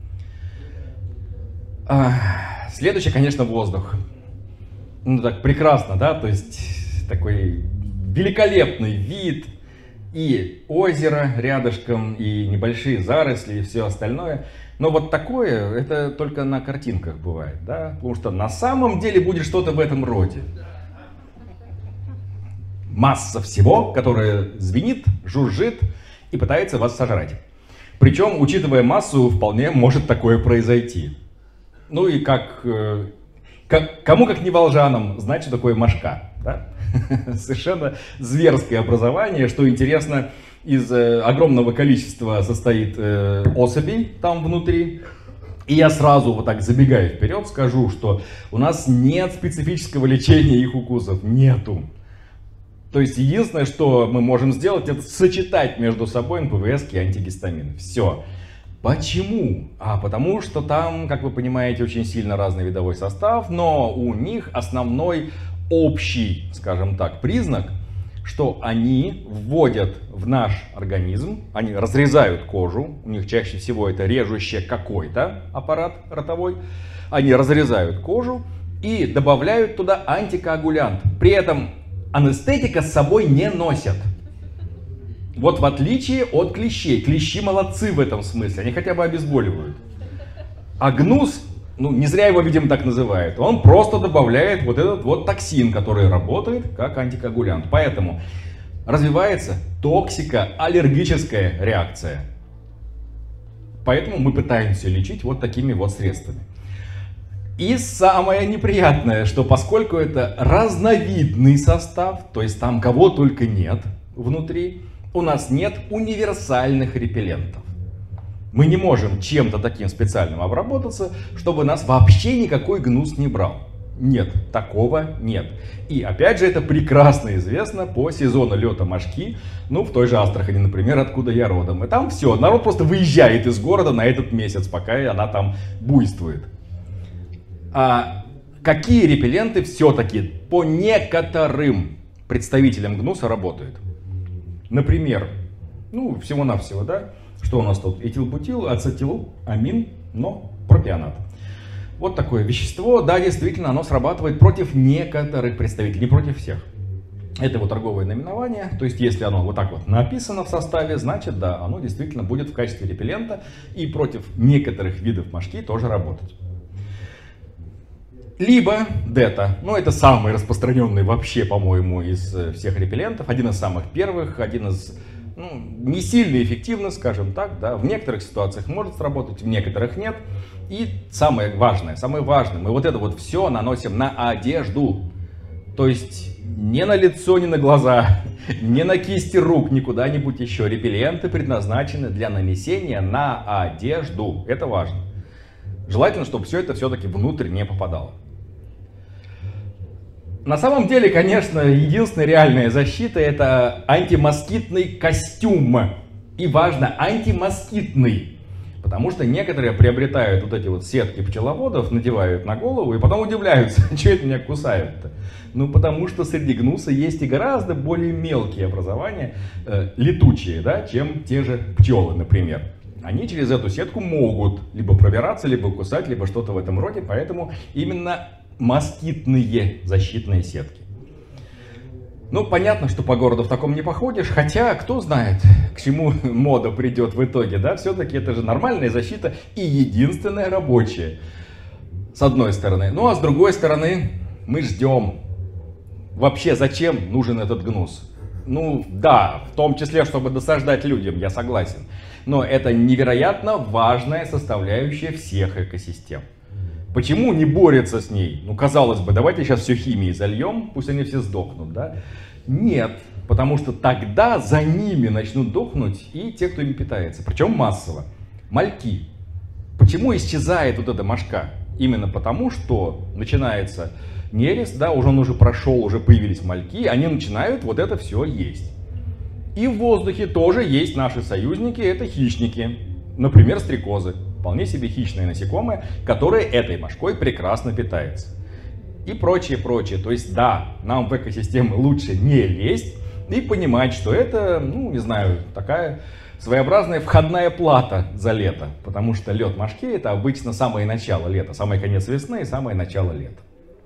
S1: Следующее, конечно, воздух. Ну так прекрасно, да? То есть такой великолепный вид. И озеро рядышком, и небольшие заросли, и все остальное. Но вот такое, это только на картинках бывает, да? Потому что на самом деле будет что-то в этом роде. Масса всего, которое звенит, жужжит и пытается вас сожрать. Причем, учитывая массу, вполне может такое произойти. Ну и кому как не волжанам знать, что такое мошка, да? Совершенно зверское образование, что интересно, из огромного количества состоит особей там внутри. И я сразу вот так забегая вперед скажу, что у нас нет специфического лечения их укусов, нету. То есть единственное, что мы можем сделать, это сочетать между собой НПВС и антигистамины. Все. Почему? Потому что там, как вы понимаете, очень сильно разный видовой состав, но у них основной общий, скажем так, признак, что они вводят в наш организм, они разрезают кожу, у них чаще всего это режущий какой-то аппарат ротовой, они разрезают кожу и добавляют туда антикоагулянт. При этом анестетика с собой не носят. Вот в отличие от клещей. Клещи молодцы в этом смысле, они хотя бы обезболивают. А гнус, ну не зря его, видимо, так называют, он просто добавляет вот этот вот токсин, который работает как антикоагулянт. Поэтому развивается токсико-аллергическая реакция. Поэтому мы пытаемся лечить вот такими вот средствами. И самое неприятное, что поскольку это разновидный состав, то есть там кого только нет внутри, у нас нет универсальных репеллентов. Мы не можем чем-то таким специальным обработаться, чтобы нас вообще никакой гнус не брал. Нет, такого нет. И опять же, это прекрасно известно по сезону лета мошки, ну в той же Астрахани, например, откуда я родом. И там все, народ просто выезжает из города на этот месяц, пока она там буйствует. А какие репелленты все-таки по некоторым представителям гнуса работают? Например, ну всего-навсего, да, что у нас тут? Этилбутил, ацетиламин, но пропионат. Вот такое вещество, да, действительно, оно срабатывает против некоторых представителей, не против всех. Это его торговое наименование, то есть если оно вот так вот написано в составе, значит, да, оно действительно будет в качестве репеллента и против некоторых видов мошки тоже работать. Либо дета, ну это самый распространенный вообще, по-моему, из всех репеллентов, один из самых первых, один из, ну, не сильно эффективный, скажем так, да, в некоторых ситуациях может сработать, в некоторых нет. И самое важное, мы вот это вот все наносим на одежду, то есть не на лицо, не на глаза, не на кисти рук, ни куда-нибудь еще. Репелленты предназначены для нанесения на одежду, это важно. Желательно, чтобы все это все-таки внутрь не попадало. На самом деле, конечно, единственная реальная защита — это антимоскитный костюм. И важно, антимоскитный. Потому что некоторые приобретают вот эти вот сетки пчеловодов, надевают на голову и потом удивляются, что это меня кусают-то. Ну, потому что среди гнуса есть и гораздо более мелкие образования, летучие, да, чем те же пчелы, например. Они через эту сетку могут либо пробираться, либо кусать, либо что-то в этом роде, поэтому именно москитные защитные сетки. Ну, понятно, что по городу в таком не походишь, хотя, кто знает, к чему мода придет в итоге, да, все-таки это же нормальная защита и единственная рабочая, с одной стороны. Ну, а с другой стороны, мы ждем. Вообще, зачем нужен этот гнус? Ну, да, в том числе, чтобы досаждать людям, я согласен. Но это невероятно важная составляющая всех экосистем. Почему не борется с ней? Ну, казалось бы, давайте сейчас все химией зальем, пусть они все сдохнут, да? Нет, потому что тогда за ними начнут дохнуть и те, кто ими питается, причем массово. Мальки. Почему исчезает вот эта мошка? Именно потому, что начинается нерест, да, он уже прошел, уже появились мальки, они начинают вот это все есть. И в воздухе тоже есть наши союзники, это хищники, например, стрекозы. Вполне себе хищные насекомые, которые этой мошкой прекрасно питаются. И прочее, прочее. То есть, да, нам в экосистему лучше не лезть и понимать, что это, ну, не знаю, такая своеобразная входная плата за лето. Потому что лед мошки — это обычно самое начало лета, самый конец весны и самое начало лета.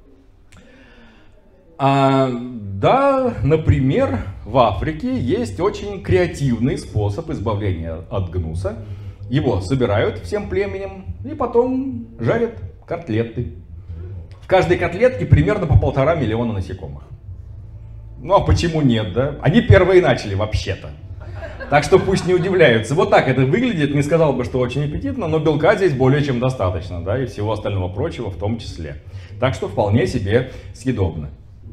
S1: Да, например, в Африке есть очень креативный способ избавления от гнуса. Его собирают всем племенем и потом жарят котлеты. В каждой котлетке примерно по 1,5 миллиона насекомых. Ну а почему нет, да? Они первые начали вообще-то. Так что пусть не удивляются. Вот так это выглядит. Не сказал бы, что очень аппетитно, но белка здесь более чем достаточно, да, и всего остального прочего в том числе. Так что вполне себе съедобно.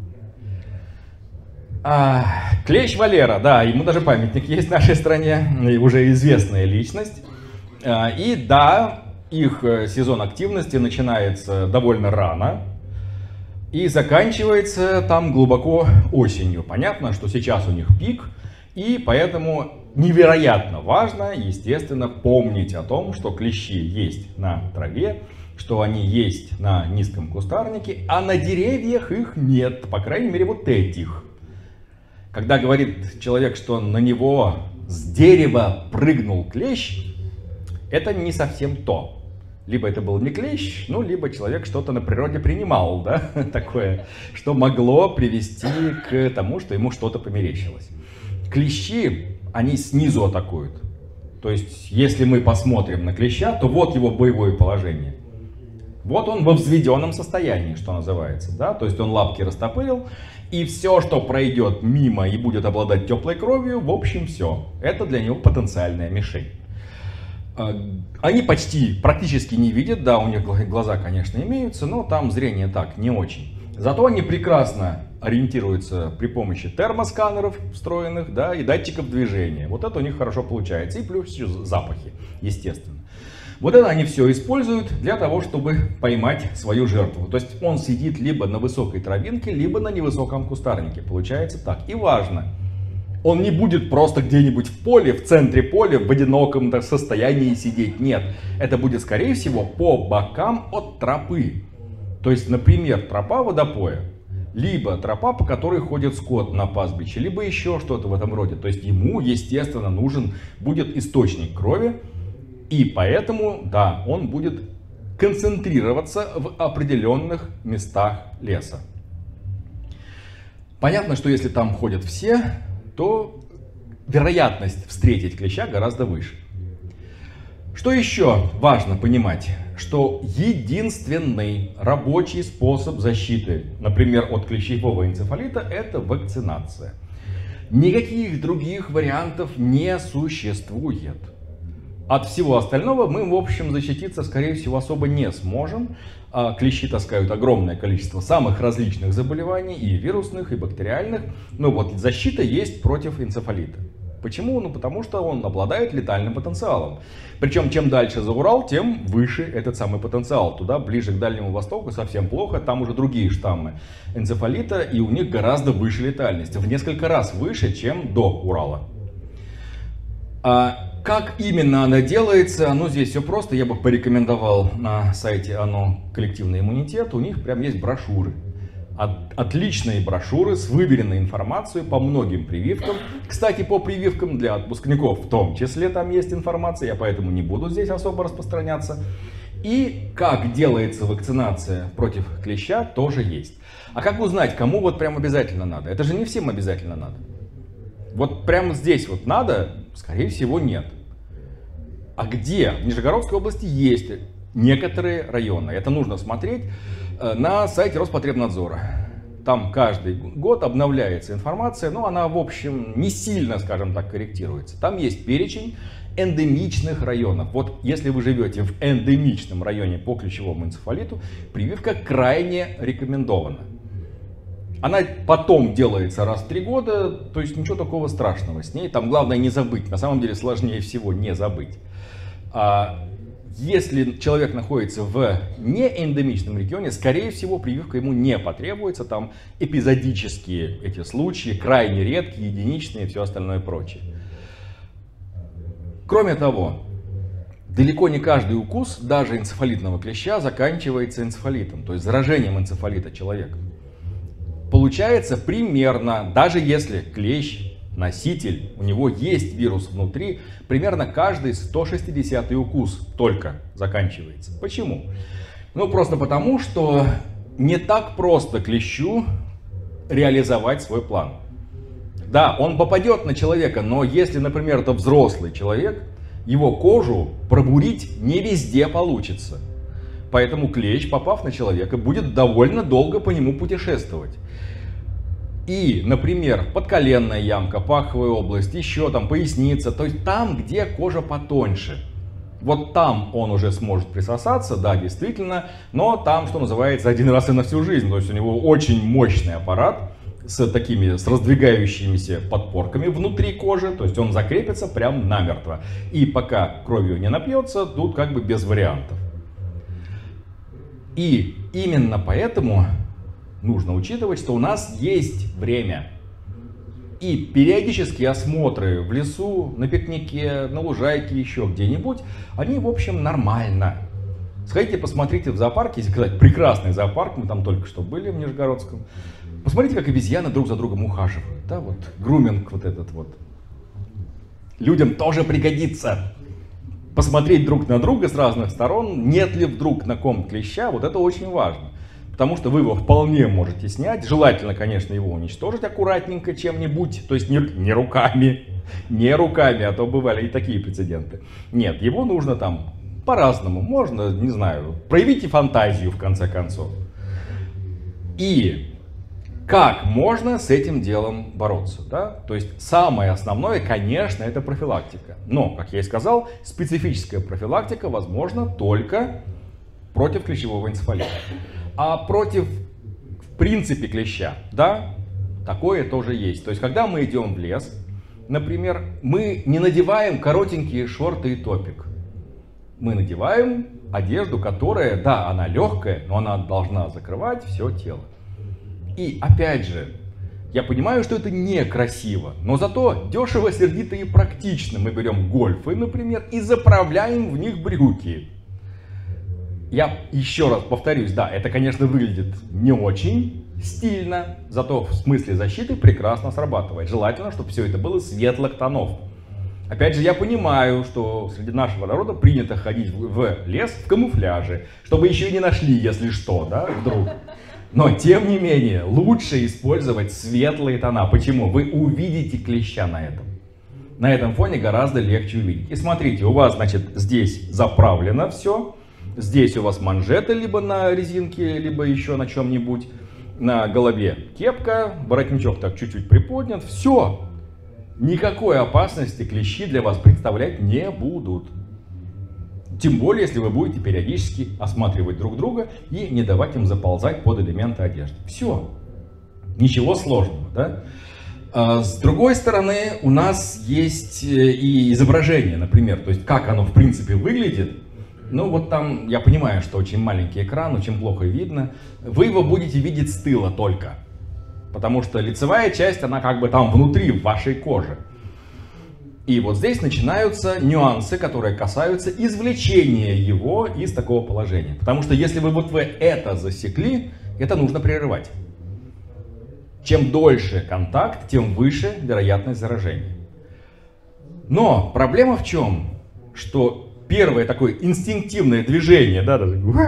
S1: Клещ Валера, да, ему даже памятник есть в нашей стране, уже известная личность. И да, их сезон активности начинается довольно рано и заканчивается там глубоко осенью. Понятно, что сейчас у них пик, и поэтому невероятно важно, естественно, помнить о том, что клещи есть на траве, что они есть на низком кустарнике, а на деревьях их нет, по крайней мере вот этих. Когда говорит человек, что на него с дерева прыгнул клещ, это не совсем то. Либо это был не клещ, ну, либо человек что-то на природе принимал, да, такое, что могло привести к тому, что ему что-то померещилось. Клещи, они снизу атакуют. То есть, если мы посмотрим на клеща, то вот его боевое положение. Вот он во взведенном состоянии, что называется, да, то есть он лапки растопырил, и все, что пройдет мимо и будет обладать теплой кровью, в общем, все. Это для него потенциальная мишень. Они практически не видят, да, у них глаза, конечно, имеются, но там зрение так, не очень. Зато они прекрасно ориентируются при помощи термосканеров встроенных, да, и датчиков движения. Вот это у них хорошо получается. И плюс запахи, естественно. Вот это они все используют для того, чтобы поймать свою жертву. То есть он сидит либо на высокой травинке, либо на невысоком кустарнике. Получается так. И важно, он не будет просто где-нибудь в поле, в центре поля, в одиноком состоянии сидеть. Нет, это будет, скорее всего, по бокам от тропы. То есть, например, тропа водопоя, либо тропа, по которой ходит скот на пастбище, либо еще что-то в этом роде. То есть ему, естественно, нужен будет источник крови, и поэтому, да, он будет концентрироваться в определенных местах леса. Понятно, что если там ходят все, то вероятность встретить клеща гораздо выше. Что еще важно понимать? Что единственный рабочий способ защиты, например, от клещевого энцефалита, это вакцинация. Никаких других вариантов не существует. От всего остального мы, в общем, защититься, скорее всего, особо не сможем. Клещи таскают огромное количество самых различных заболеваний, и вирусных, и бактериальных. Но вот защита есть против энцефалита. Почему? Ну, потому что он обладает летальным потенциалом. Причем, чем дальше за Урал, тем выше этот самый потенциал. Туда, ближе к Дальнему Востоку, совсем плохо. Там уже другие штаммы энцефалита, и у них гораздо выше летальность. В несколько раз выше, чем до Урала. Как именно она делается? Ну, здесь все просто. Я бы порекомендовал на сайте ОНО «Коллективный иммунитет». У них прям есть брошюры. Отличные брошюры с выверенной информацией по многим прививкам. Кстати, по прививкам для отпускников в том числе там есть информация. Я поэтому не буду здесь особо распространяться. И как делается вакцинация против клеща тоже есть. А как узнать, кому вот прям обязательно надо? Это же не всем обязательно надо. Вот прямо здесь вот надо, скорее всего, нет. А где? В Нижегородской области есть некоторые районы. Это нужно смотреть на сайте Роспотребнадзора. Там каждый год обновляется информация, но она, в общем, не сильно, скажем так, корректируется. Там есть перечень эндемичных районов. Вот если вы живете в эндемичном районе по клещевому энцефалиту, прививка крайне рекомендована. Она потом делается раз в 3 года, то есть ничего такого страшного с ней. Там главное не забыть. На самом деле сложнее всего не забыть. Если человек находится в неэндемичном регионе, скорее всего, прививка ему не потребуется. Там эпизодические эти случаи, крайне редкие, единичные и все остальное прочее. Кроме того, далеко не каждый укус, даже энцефалитного клеща, заканчивается энцефалитом, то есть заражением энцефалита человека. Получается примерно, даже если клещ, носитель, у него есть вирус внутри, примерно каждый 160-й укус только заканчивается. Почему? Ну, просто потому, что не так просто клещу реализовать свой план. Да, он попадет на человека, но если, например, это взрослый человек, его кожу пробурить не везде получится. Поэтому клещ, попав на человека, будет довольно долго по нему путешествовать. И, например, подколенная ямка, паховая область, еще там поясница, то есть там, где кожа потоньше. Вот там он уже сможет присосаться, да, действительно, но там, что называется, один раз и на всю жизнь. То есть у него очень мощный аппарат с раздвигающимися подпорками внутри кожи, то есть он закрепится прям намертво. И пока кровью не напьется, тут как бы без вариантов. И именно поэтому нужно учитывать, что у нас есть время. И периодические осмотры в лесу, на пикнике, на лужайке, еще где-нибудь, они, в общем, нормально. Сходите, посмотрите в зоопарке, если сказать, прекрасный зоопарк, мы там только что были в Нижегородском. Посмотрите, как обезьяны друг за другом ухаживают. Да, вот груминг вот этот вот. Людям тоже пригодится посмотреть друг на друга с разных сторон, нет ли вдруг на ком клеща, вот это очень важно. Потому что вы его вполне можете снять, желательно, конечно, его уничтожить аккуратненько чем-нибудь, то есть не руками, а то бывали и такие прецеденты. Нет, его нужно там по-разному, можно, не знаю, проявите фантазию в конце концов. И как можно с этим делом бороться? Да? То есть самое основное, конечно, это профилактика. Но, как я и сказал, специфическая профилактика возможна только против клещевого энцефалита. А против, в принципе, клеща, да, такое тоже есть. То есть, когда мы идем в лес, например, мы не надеваем коротенькие шорты и топик. Мы надеваем одежду, которая, да, она легкая, но она должна закрывать все тело. И опять же, я понимаю, что это некрасиво, но зато дешево, сердито и практично. Мы берем гольфы, например, и заправляем в них брюки. Я еще раз повторюсь, да, это, конечно, выглядит не очень стильно, зато в смысле защиты прекрасно срабатывает. Желательно, чтобы все это было светлых тонов. Опять же, я понимаю, что среди нашего народа принято ходить в лес в камуфляже, чтобы еще и не нашли, если что, да, вдруг. Но, тем не менее, лучше использовать светлые тона. Почему? Вы увидите клеща на этом. На этом фоне гораздо легче увидеть. И смотрите, у вас, значит, здесь заправлено все. Здесь у вас манжеты либо на резинке, либо еще на чем-нибудь. На голове кепка, воротничок так чуть-чуть приподнят. Все. Никакой опасности клещи для вас представлять не будут. Тем более, если вы будете периодически осматривать друг друга и не давать им заползать под элементы одежды. Все. Ничего сложного, да? С другой стороны, у нас есть и изображение, например, то есть как оно в принципе выглядит. Ну вот там, я понимаю, что очень маленький экран, очень плохо видно. Вы его будете видеть с тыла только. Потому что лицевая часть, она как бы там внутри, в вашей коже. И вот здесь начинаются нюансы, которые касаются извлечения его из такого положения. Потому что если вы вот это засекли, это нужно прерывать. Чем дольше контакт, тем выше вероятность заражения. Но проблема в чем? Что первое такое инстинктивное движение, да,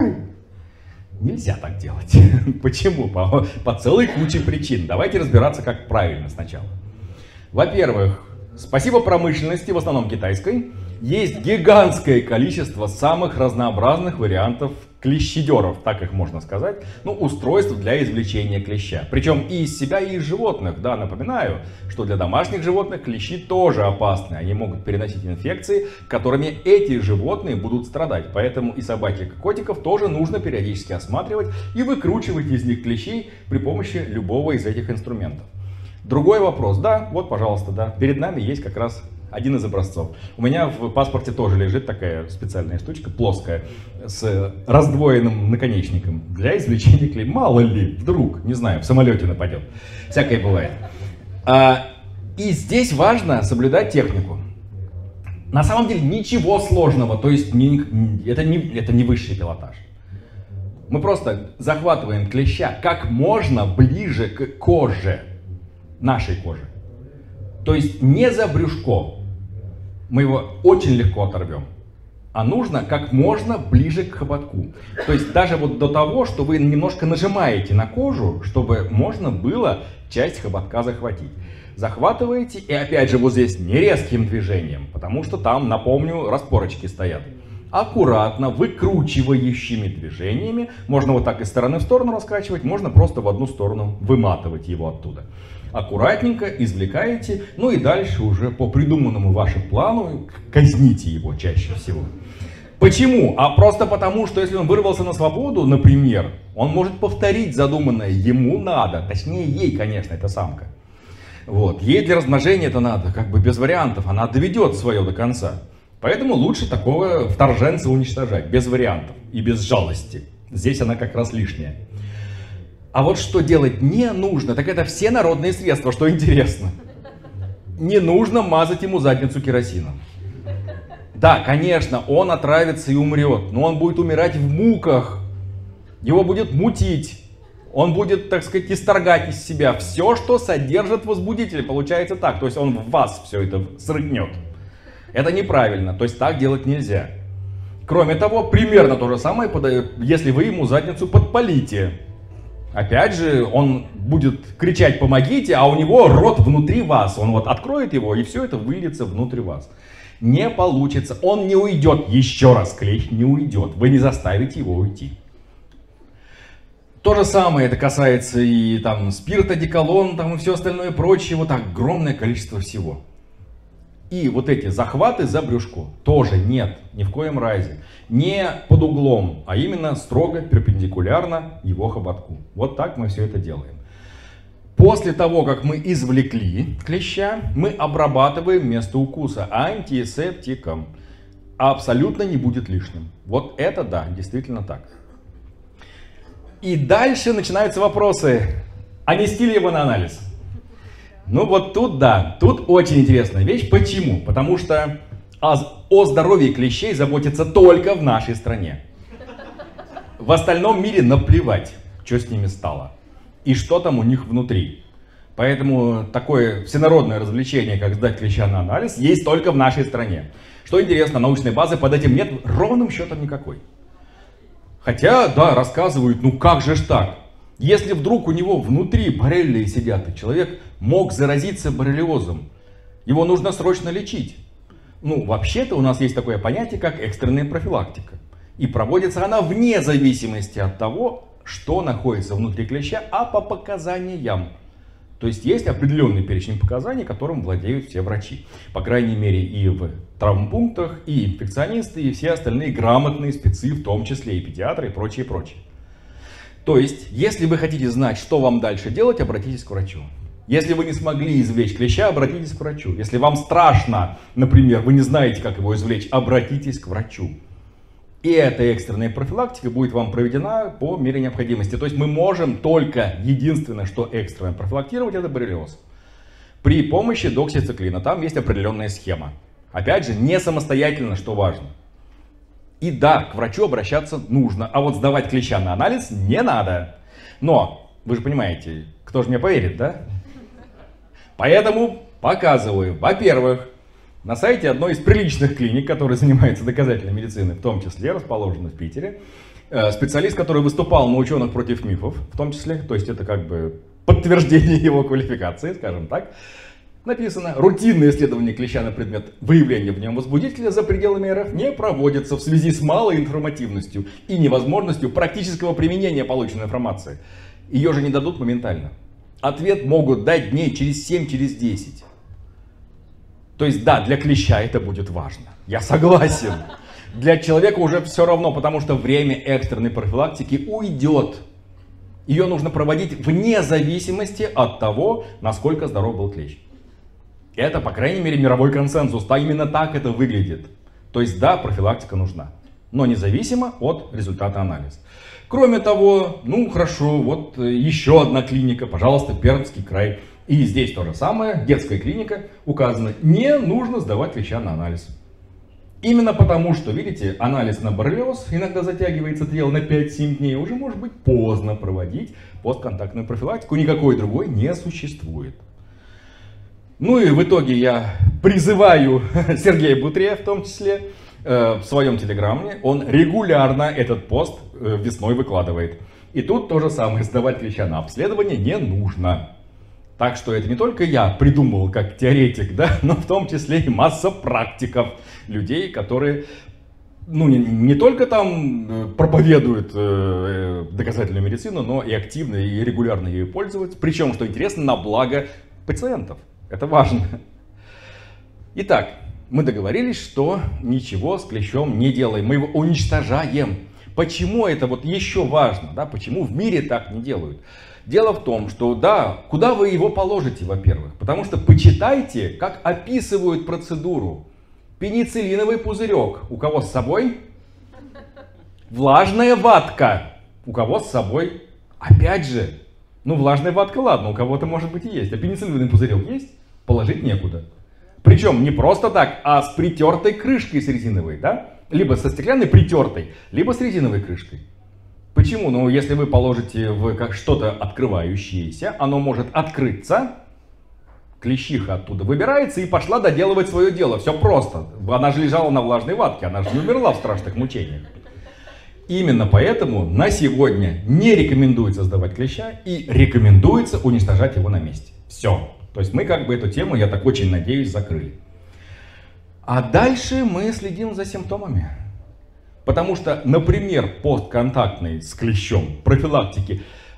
S1: нельзя так делать. Почему? По целой куче причин. Давайте разбираться, как правильно сначала. Во-первых, спасибо промышленности, в основном китайской, есть гигантское количество самых разнообразных вариантов клещедеров, так их можно сказать, ну, устройств для извлечения клеща. Причем и из себя, и из животных. Да, напоминаю, что для домашних животных клещи тоже опасны. Они могут переносить инфекции, которыми эти животные будут страдать. Поэтому и собак, и котиков тоже нужно периодически осматривать и выкручивать из них клещей при помощи любого из этих инструментов. Другой вопрос, да, вот, пожалуйста, да, перед нами есть как раз один из образцов. У меня в паспорте тоже лежит такая специальная штучка, плоская, с раздвоенным наконечником для извлечения клей. Мало ли, вдруг, не знаю, в самолете нападет. Всякое бывает. И здесь важно соблюдать технику. На самом деле ничего сложного, то есть это не высший пилотаж. Мы просто захватываем клеща как можно ближе к коже, нашей кожи. То есть не за брюшко. Мы его очень легко оторвем. А нужно как можно ближе к хоботку. То есть даже вот до того, что вы немножко нажимаете на кожу, чтобы можно было часть хоботка захватить. Захватываете, и опять же вот здесь не резким движением, потому что там, напомню, распорочки стоят. Аккуратно, выкручивающими движениями. Можно вот так из стороны в сторону раскачивать, можно просто в одну сторону выматывать его оттуда. Аккуратненько извлекаете, ну и дальше уже по придуманному вашему плану казните его чаще всего. Почему? А просто потому, что если он вырвался на свободу, например, он может повторить задуманное. Ему надо, точнее ей, конечно, это самка. Вот. Ей для размножения это надо, как бы без вариантов, она доведет свое до конца. Поэтому лучше такого вторженца уничтожать, без вариантов и без жалости. Здесь она как раз лишняя. А вот что делать не нужно, так это все народные средства, что интересно. Не нужно мазать ему задницу керосином. Да, конечно, он отравится и умрет, но он будет умирать в муках. Его будет мутить. Он будет, так сказать, исторгать из себя все, что содержит возбудитель. Получается так. То есть он в вас все это срыгнет. Это неправильно. То есть так делать нельзя. Кроме того, примерно то же самое, если вы ему задницу подпалите. Опять же, он будет кричать «помогите», а у него рот внутри вас. Он вот откроет его, и все это выльется внутрь вас. Не получится. Он не уйдет. Еще раз, клещ не уйдет. Вы не заставите его уйти. То же самое это касается и там спирта, одеколон, там и все остальное прочее. Вот огромное количество всего. И вот эти захваты за брюшко тоже нет, ни в коем разе. Не под углом, а именно строго перпендикулярно его хоботку. Вот так мы все это делаем. После того, как мы извлекли клеща, мы обрабатываем место укуса антисептиком. Абсолютно не будет лишним. Вот это да, действительно так. И дальше начинаются вопросы. А нести ли его на анализ? Ну вот тут да, тут очень интересная вещь. Почему? Потому что о здоровье клещей заботится только в нашей стране. В остальном мире наплевать, что с ними стало и что там у них внутри. Поэтому такое всенародное развлечение, как сдать клеща на анализ, есть только в нашей стране. Что интересно, научной базы под этим нет ровным счетом никакой. Хотя, да, рассказывают, ну как же ж так? Если вдруг у него внутри боррелии сидят, и человек мог заразиться боррелиозом, его нужно срочно лечить. Ну, вообще-то у нас есть такое понятие, как экстренная профилактика. И проводится она вне зависимости от того, что находится внутри клеща, а по показаниям. То есть есть определенный перечень показаний, которым владеют все врачи. По крайней мере и в травмпунктах, и инфекционисты, и все остальные грамотные спецы, в том числе и педиатры, и прочее, прочее. То есть, если вы хотите знать, что вам дальше делать, обратитесь к врачу. Если вы не смогли извлечь клеща, обратитесь к врачу. Если вам страшно, например, вы не знаете, как его извлечь, обратитесь к врачу. И эта экстренная профилактика будет вам проведена по мере необходимости. То есть мы можем только, единственное, что экстренно профилактировать, это боррелиоз. При помощи доксициклина. Там есть определенная схема. Опять же, не самостоятельно, что важно. И да, к врачу обращаться нужно. А вот сдавать клеща на анализ не надо. Но, вы же понимаете, кто же мне поверит, да? Поэтому показываю. Во-первых, на сайте одной из приличных клиник, которая занимается доказательной медициной, в том числе расположена в Питере, специалист, который выступал на ученых против мифов, в том числе, то есть это как бы подтверждение его квалификации, скажем так, написано: рутинное исследование клеща на предмет выявления в нем возбудителя за пределами РФ не проводится в связи с малой информативностью и невозможностью практического применения полученной информации. Ее же не дадут моментально. Ответ могут дать дней через 7, через 10. То есть да, для клеща это будет важно. Я согласен. Для человека уже все равно, потому что время экстренной профилактики уйдет. Ее нужно проводить вне зависимости от того, насколько здоров был клещ. Это, по крайней мере, мировой консенсус. А именно так это выглядит. То есть да, профилактика нужна, но независимо от результата анализа. Кроме того, ну хорошо, вот еще одна клиника, пожалуйста, Пермский край. И здесь то же самое, детская клиника, указано: не нужно сдавать клеща на анализ. Именно потому, что, видите, анализ на боррелиоз иногда затягивается дело на 5-7 дней, уже может быть поздно проводить постконтактную профилактику, никакой другой не существует. Ну и в итоге я призываю Сергея Бутре, в том числе, в своем телеграме, он регулярно этот пост весной выкладывает. И тут то же самое, сдавать клеща на обследование не нужно. Так что это не только я придумал как теоретик, да, но в том числе и масса практиков, людей, которые ну, не только там проповедуют доказательную медицину, но и активно и регулярно ею пользуются. Причем, что интересно, на благо пациентов. Это важно. Итак, мы договорились, что ничего с клещом не делаем, мы его уничтожаем. Почему это вот еще важно, да? Почему в мире так не делают? Дело в том, что да, куда вы его положите, во-первых? Потому что почитайте, как описывают процедуру. Пенициллиновый пузырек. У кого с собой? Влажная ватка. У кого с собой? Опять же, ну влажная ватка, ладно, у кого-то может быть и есть. А пенициллиновый пузырек есть? Положить некуда. Причем не просто так, а с притертой крышкой с резиновой, да? Либо со стеклянной притертой, либо с резиновой крышкой. Почему? Ну, если вы положите в как что-то открывающееся, оно может открыться, клещиха оттуда выбирается и пошла доделывать свое дело. Все просто. Она же лежала на влажной ватке, она же не умерла в страшных мучениях. Именно поэтому на сегодня не рекомендуется сдавать клеща и рекомендуется уничтожать его на месте. Все. То есть мы как бы эту тему, я так очень надеюсь, закрыли. А дальше мы следим за симптомами. Потому что, например, постконтактной с клещом профилактики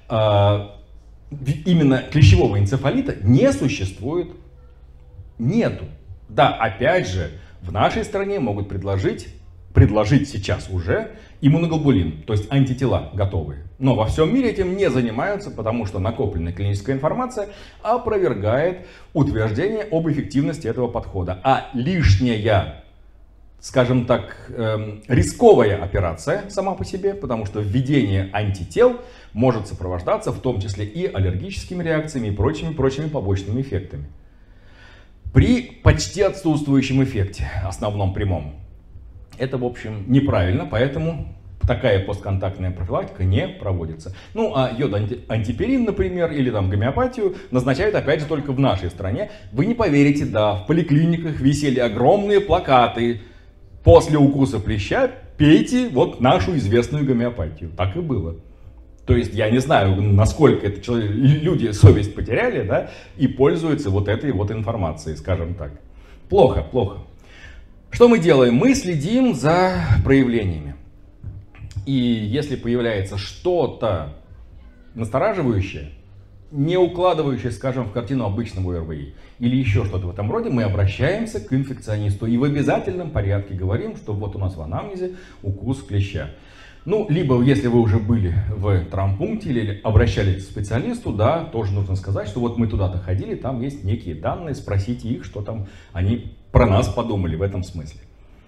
S1: именно клещевого энцефалита не существует. Нету. Да, опять же, в нашей стране могут предложить сейчас уже иммуноглобулин, то есть антитела готовые. Но во всем мире этим не занимаются, потому что накопленная клиническая информация опровергает утверждение об эффективности этого подхода. А лишняя, скажем так, рисковая операция сама по себе, потому что введение антител может сопровождаться в том числе и аллергическими реакциями и прочими побочными эффектами. При почти отсутствующем эффекте, основном прямом. Это, в общем, неправильно, поэтому такая постконтактная профилактика не проводится. Ну, а йод-антиперин, например, или там гомеопатию назначают, опять же, только в нашей стране. Вы не поверите, да, в поликлиниках висели огромные плакаты. После укуса клеща пейте вот нашу известную гомеопатию. Так и было. То есть я не знаю, насколько это люди совесть потеряли, да, и пользуются вот этой вот информацией, скажем так. Плохо, плохо. Что мы делаем? Мы следим за проявлениями. И если появляется что-то настораживающее, не укладывающееся, скажем, в картину обычного ОРВИ, или еще что-то в этом роде, мы обращаемся к инфекционисту и в обязательном порядке говорим, что вот у нас в анамнезе укус клеща. Ну, либо если вы уже были в травмпункте или обращались к специалисту, да, тоже нужно сказать, что вот мы туда-то ходили, там есть некие данные, спросите их, что там они про нас подумали в этом смысле.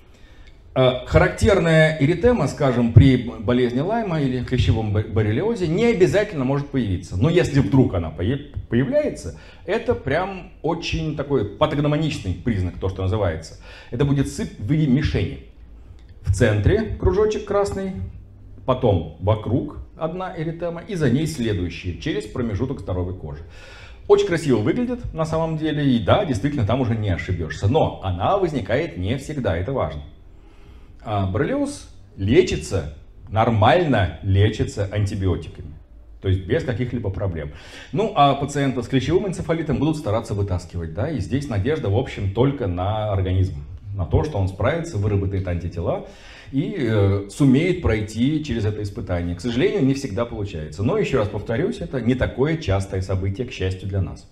S1: Характерная эритема, скажем, при болезни Лайма или клещевом боррелиозе не обязательно может появиться. Но если вдруг она появляется, это прям очень такой патогномоничный признак, то, что называется. Это будет сыпь в виде мишени. В центре кружочек красный, потом вокруг одна эритема и за ней следующие, через промежуток здоровой кожи. Очень красиво выглядит на самом деле, и да, действительно, там уже не ошибешься. Но она возникает не всегда, это важно. А боррелиоз лечится, нормально лечится антибиотиками. То есть без каких-либо проблем. Ну, а пациентов с клещевым энцефалитом будут стараться вытаскивать, да, и здесь надежда, в общем, только на организм. На то, что он справится, выработает антитела и сумеет пройти через это испытание. К сожалению, не всегда получается. Но, еще раз повторюсь, это не такое частое событие, к счастью для нас.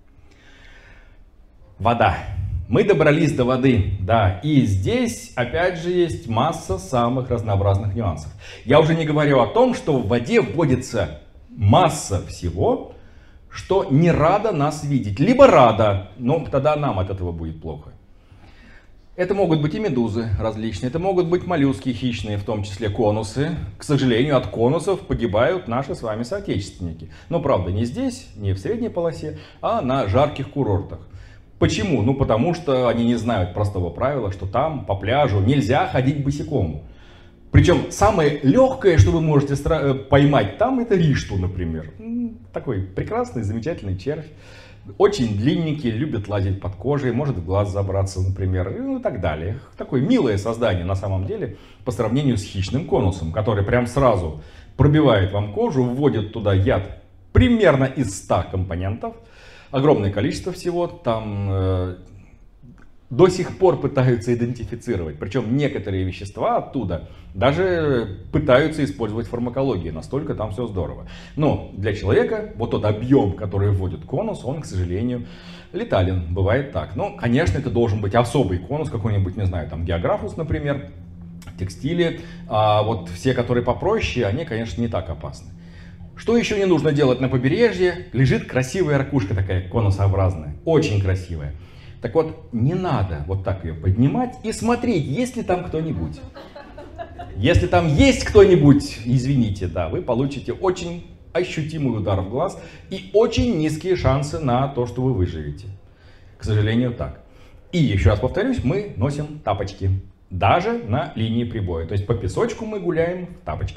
S1: Вода. Мы добрались до воды, да, и здесь, опять же, есть масса самых разнообразных нюансов. Я уже не говорю о том, что в воде вводится масса всего, что не рада нас видеть. Либо рада, но тогда нам от этого будет плохо. Это могут быть и медузы различные, это могут быть моллюски хищные, в том числе конусы. К сожалению, от конусов погибают наши с вами соотечественники. Но правда не здесь, не в средней полосе, а на жарких курортах. Почему? Ну потому что они не знают простого правила, что там по пляжу нельзя ходить босиком. Причем самое легкое, что вы можете поймать там, это ришту, например. Такой прекрасный, замечательный червь. Очень длинненький, любит лазить под кожей, может в глаз забраться, например, и так далее. Такое милое создание на самом деле по сравнению с хищным конусом, который прям сразу пробивает вам кожу, вводит туда яд примерно из 100 компонентов. Огромное количество всего, там до сих пор пытаются идентифицировать. Причем некоторые вещества оттуда даже пытаются использовать фармакологию, настолько там все здорово. Но для человека вот тот объем, который вводит конус, он, к сожалению, летален. Бывает так. Но, конечно, это должен быть особый конус, какой-нибудь, не знаю, там географус, например, текстили. А вот все, которые попроще, они, конечно, не так опасны. Что еще не нужно делать на побережье? Лежит красивая ракушка такая конусообразная, очень красивая. Так вот, не надо вот так ее поднимать и смотреть, есть ли там кто-нибудь. Если там есть кто-нибудь, извините, да, вы получите очень ощутимый удар в глаз и очень низкие шансы на то, что вы выживете. К сожалению, так. И еще раз повторюсь, мы носим тапочки. Даже на линии прибоя. То есть по песочку мы гуляем в тапочках.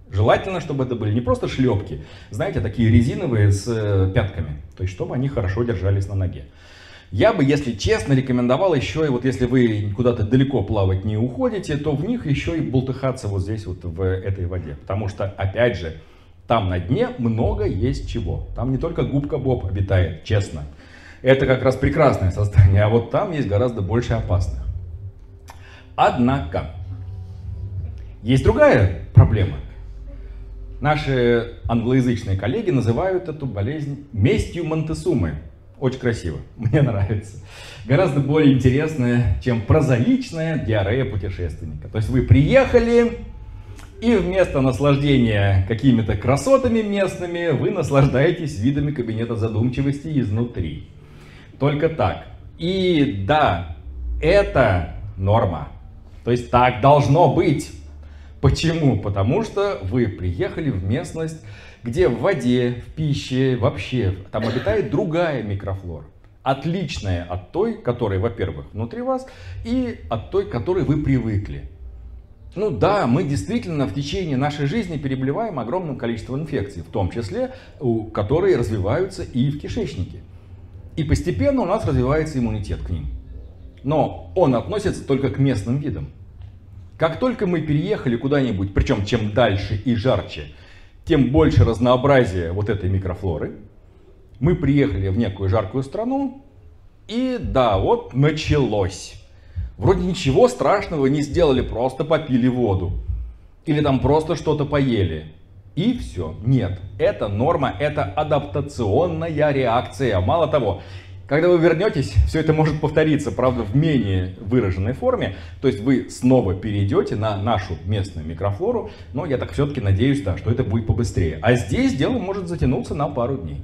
S1: Желательно, чтобы это были не просто шлепки, знаете, такие резиновые с пятками. То есть, чтобы они хорошо держались на ноге. Я бы, если честно, рекомендовал еще, и вот если вы куда-то далеко плавать не уходите, то в них еще и бултыхаться вот здесь вот в этой воде. Потому что, опять же, там на дне много есть чего. Там не только губка Боб обитает, честно. Это как раз прекрасное состояние, а вот там есть гораздо больше опасных. Однако, есть другая проблема. Наши англоязычные коллеги называют эту болезнь местью Монтесумы. Очень красиво, мне нравится. Гораздо более интересная, чем прозаичная диарея путешественника. То есть вы приехали, и вместо наслаждения какими-то красотами местными, вы наслаждаетесь видами кабинета задумчивости изнутри. Только так. И да, это норма. То есть так должно быть. Почему? Потому что вы приехали в местность, где в воде, в пище, вообще, там обитает другая микрофлора. Отличная от той, которая, во-первых, внутри вас, и от той, к которой вы привыкли. Ну да, мы действительно в течение нашей жизни переболеваем огромным количеством инфекций, в том числе, которые развиваются и в кишечнике. И постепенно у нас развивается иммунитет к ним. Но он относится только к местным видам. Как только мы переехали куда-нибудь, причем чем дальше и жарче, тем больше разнообразия вот этой микрофлоры. Мы приехали в некую жаркую страну, и да, вот началось. Вроде ничего страшного не сделали, просто попили воду. Или там просто что-то поели. И все. Нет, это норма, это адаптационная реакция. Мало того, когда вы вернетесь, все это может повториться, правда, в менее выраженной форме. То есть вы снова перейдете на нашу местную микрофлору. Но я так все-таки надеюсь, да, что это будет побыстрее. А здесь дело может затянуться на пару дней.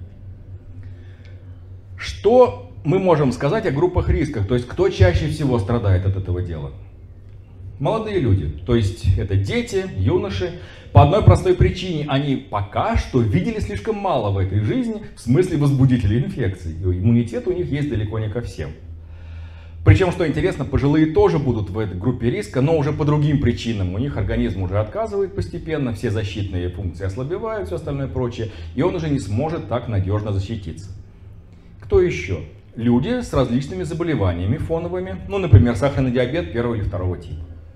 S1: Что мы можем сказать о группах риска? То есть кто чаще всего страдает от этого дела? Молодые люди. То есть это дети, юноши. По одной простой причине, они пока что видели слишком мало в этой жизни, в смысле возбудителей инфекций. И иммунитет у них есть далеко не ко всем. Причем, что интересно, пожилые тоже будут в этой группе риска, но уже по другим причинам. У них организм уже отказывает постепенно, все защитные функции ослабевают, все остальное прочее, и он уже не сможет так надежно защититься. Кто еще? Люди с различными заболеваниями фоновыми, ну, например, сахарный диабет первого или второго типа.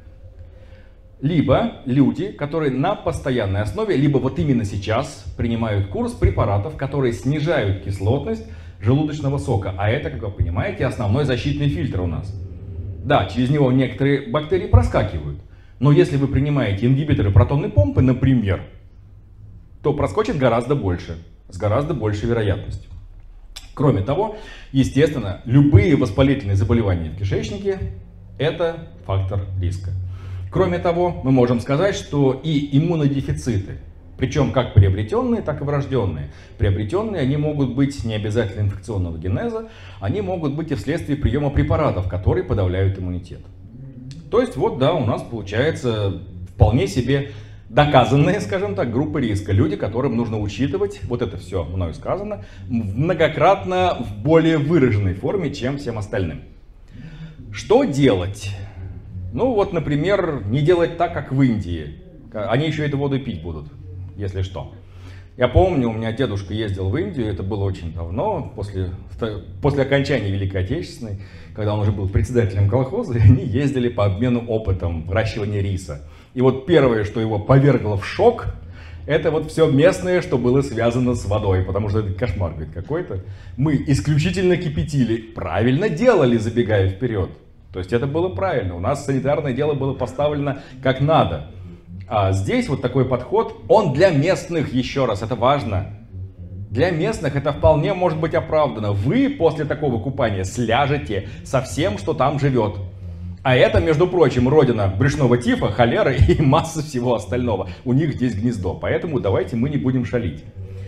S1: Либо люди, которые на постоянной основе, либо вот именно сейчас принимают курс препаратов, которые снижают кислотность желудочного сока. А это, как вы понимаете, основной защитный фильтр у нас. Да, через него некоторые бактерии проскакивают. Но если вы принимаете ингибиторы протонной помпы, например, то проскочит гораздо больше, с гораздо большей вероятностью. Кроме того, естественно, любые воспалительные заболевания в кишечнике – это фактор риска. Кроме того, мы можем сказать, что и иммунодефициты, причем как приобретенные, так и врожденные. Приобретенные, они могут быть не обязательно инфекционного генеза, они могут быть и вследствие приема препаратов, которые подавляют иммунитет. То есть вот да, у нас получается вполне себе доказанные, скажем так, группы риска. Люди, которым нужно учитывать, вот это все мною сказано, многократно в более выраженной форме, чем всем остальным. Что делать? Ну вот, например, не делать так, как в Индии. Они еще эту воду пить будут, если что. Я помню, у меня дедушка ездил в Индию, это было очень давно, после окончания Великой Отечественной, когда он уже был председателем колхоза, и они ездили по обмену опытом выращивания риса. И вот первое, что его повергло в шок, это вот все местное, что было связано с водой, потому что это кошмар, говорит, какой-то. Мы исключительно кипятили, правильно делали, забегая вперед. То есть это было правильно, у нас санитарное дело было поставлено как надо. А здесь вот такой подход, он для местных, еще раз, это важно. Для местных это вполне может быть оправдано. Вы после такого купания сляжете со всем, что там живет. А это, между прочим, родина брюшного тифа, холеры и масса всего остального. У них здесь гнездо, поэтому давайте мы не будем шалить.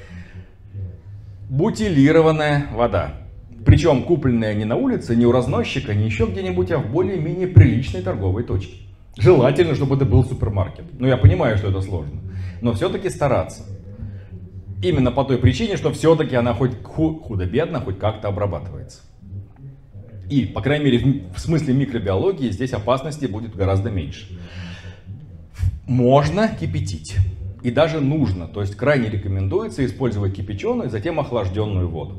S1: Бутилированная вода. Причем купленная не на улице, не у разносчика, не еще где-нибудь, а в более-менее приличной торговой точке. Желательно, чтобы это был супермаркет. Ну, я понимаю, что это сложно. Но все-таки стараться. Именно по той причине, что все-таки она хоть худо-бедно, хоть как-то обрабатывается. И, по крайней мере, в смысле микробиологии здесь опасности будет гораздо меньше. Можно кипятить. и даже нужно. То есть крайне рекомендуется использовать кипяченую, затем охлажденную воду.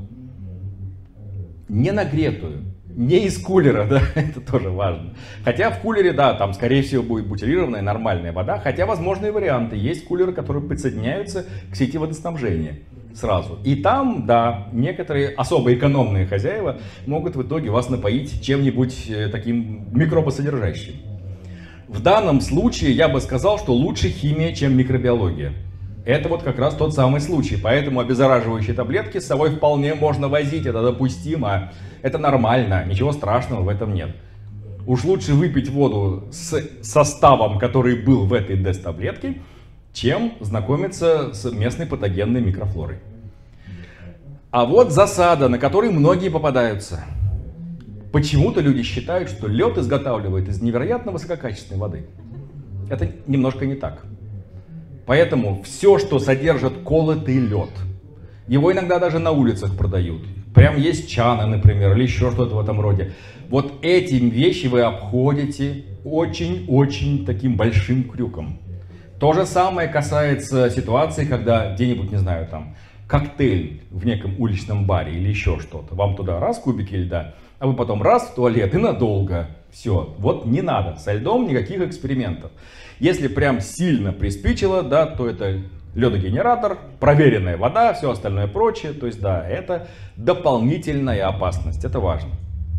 S1: Не нагретую, не из кулера, да, это тоже важно. Хотя в кулере, да, там скорее всего будет бутилированная нормальная вода, хотя возможные варианты. Есть кулеры, которые подсоединяются к сети водоснабжения сразу. И там, да, некоторые особо экономные хозяева могут в итоге вас напоить чем-нибудь таким микробосодержащим. В данном случае я бы сказал, что лучше химия, чем микробиология. Это вот как раз тот самый случай. Поэтому обеззараживающие таблетки с собой вполне можно возить. Это допустимо. Это нормально. Ничего страшного в этом нет. Уж лучше выпить воду с составом, который был в этой ДЭС-таблетке, чем знакомиться с местной патогенной микрофлорой. А вот засада, на которой многие попадаются. Почему-то люди считают, что лед изготавливают из невероятно высококачественной воды. Это немножко не так. Поэтому все, что содержит колотый лед, его иногда даже на улицах продают. Прям есть чаны, например, или еще что-то в этом роде. Вот эти вещи вы обходите очень-очень таким большим крюком. То же самое касается ситуации, когда где-нибудь, не знаю, там, коктейль в неком уличном баре или еще что-то. Вам туда раз кубики льда, а вы потом раз в туалет и надолго. Все, вот не надо, со льдом никаких экспериментов. Если прям сильно приспичило, да, то это ледогенератор, проверенная вода, все остальное прочее. То есть, да, это дополнительная опасность, это важно.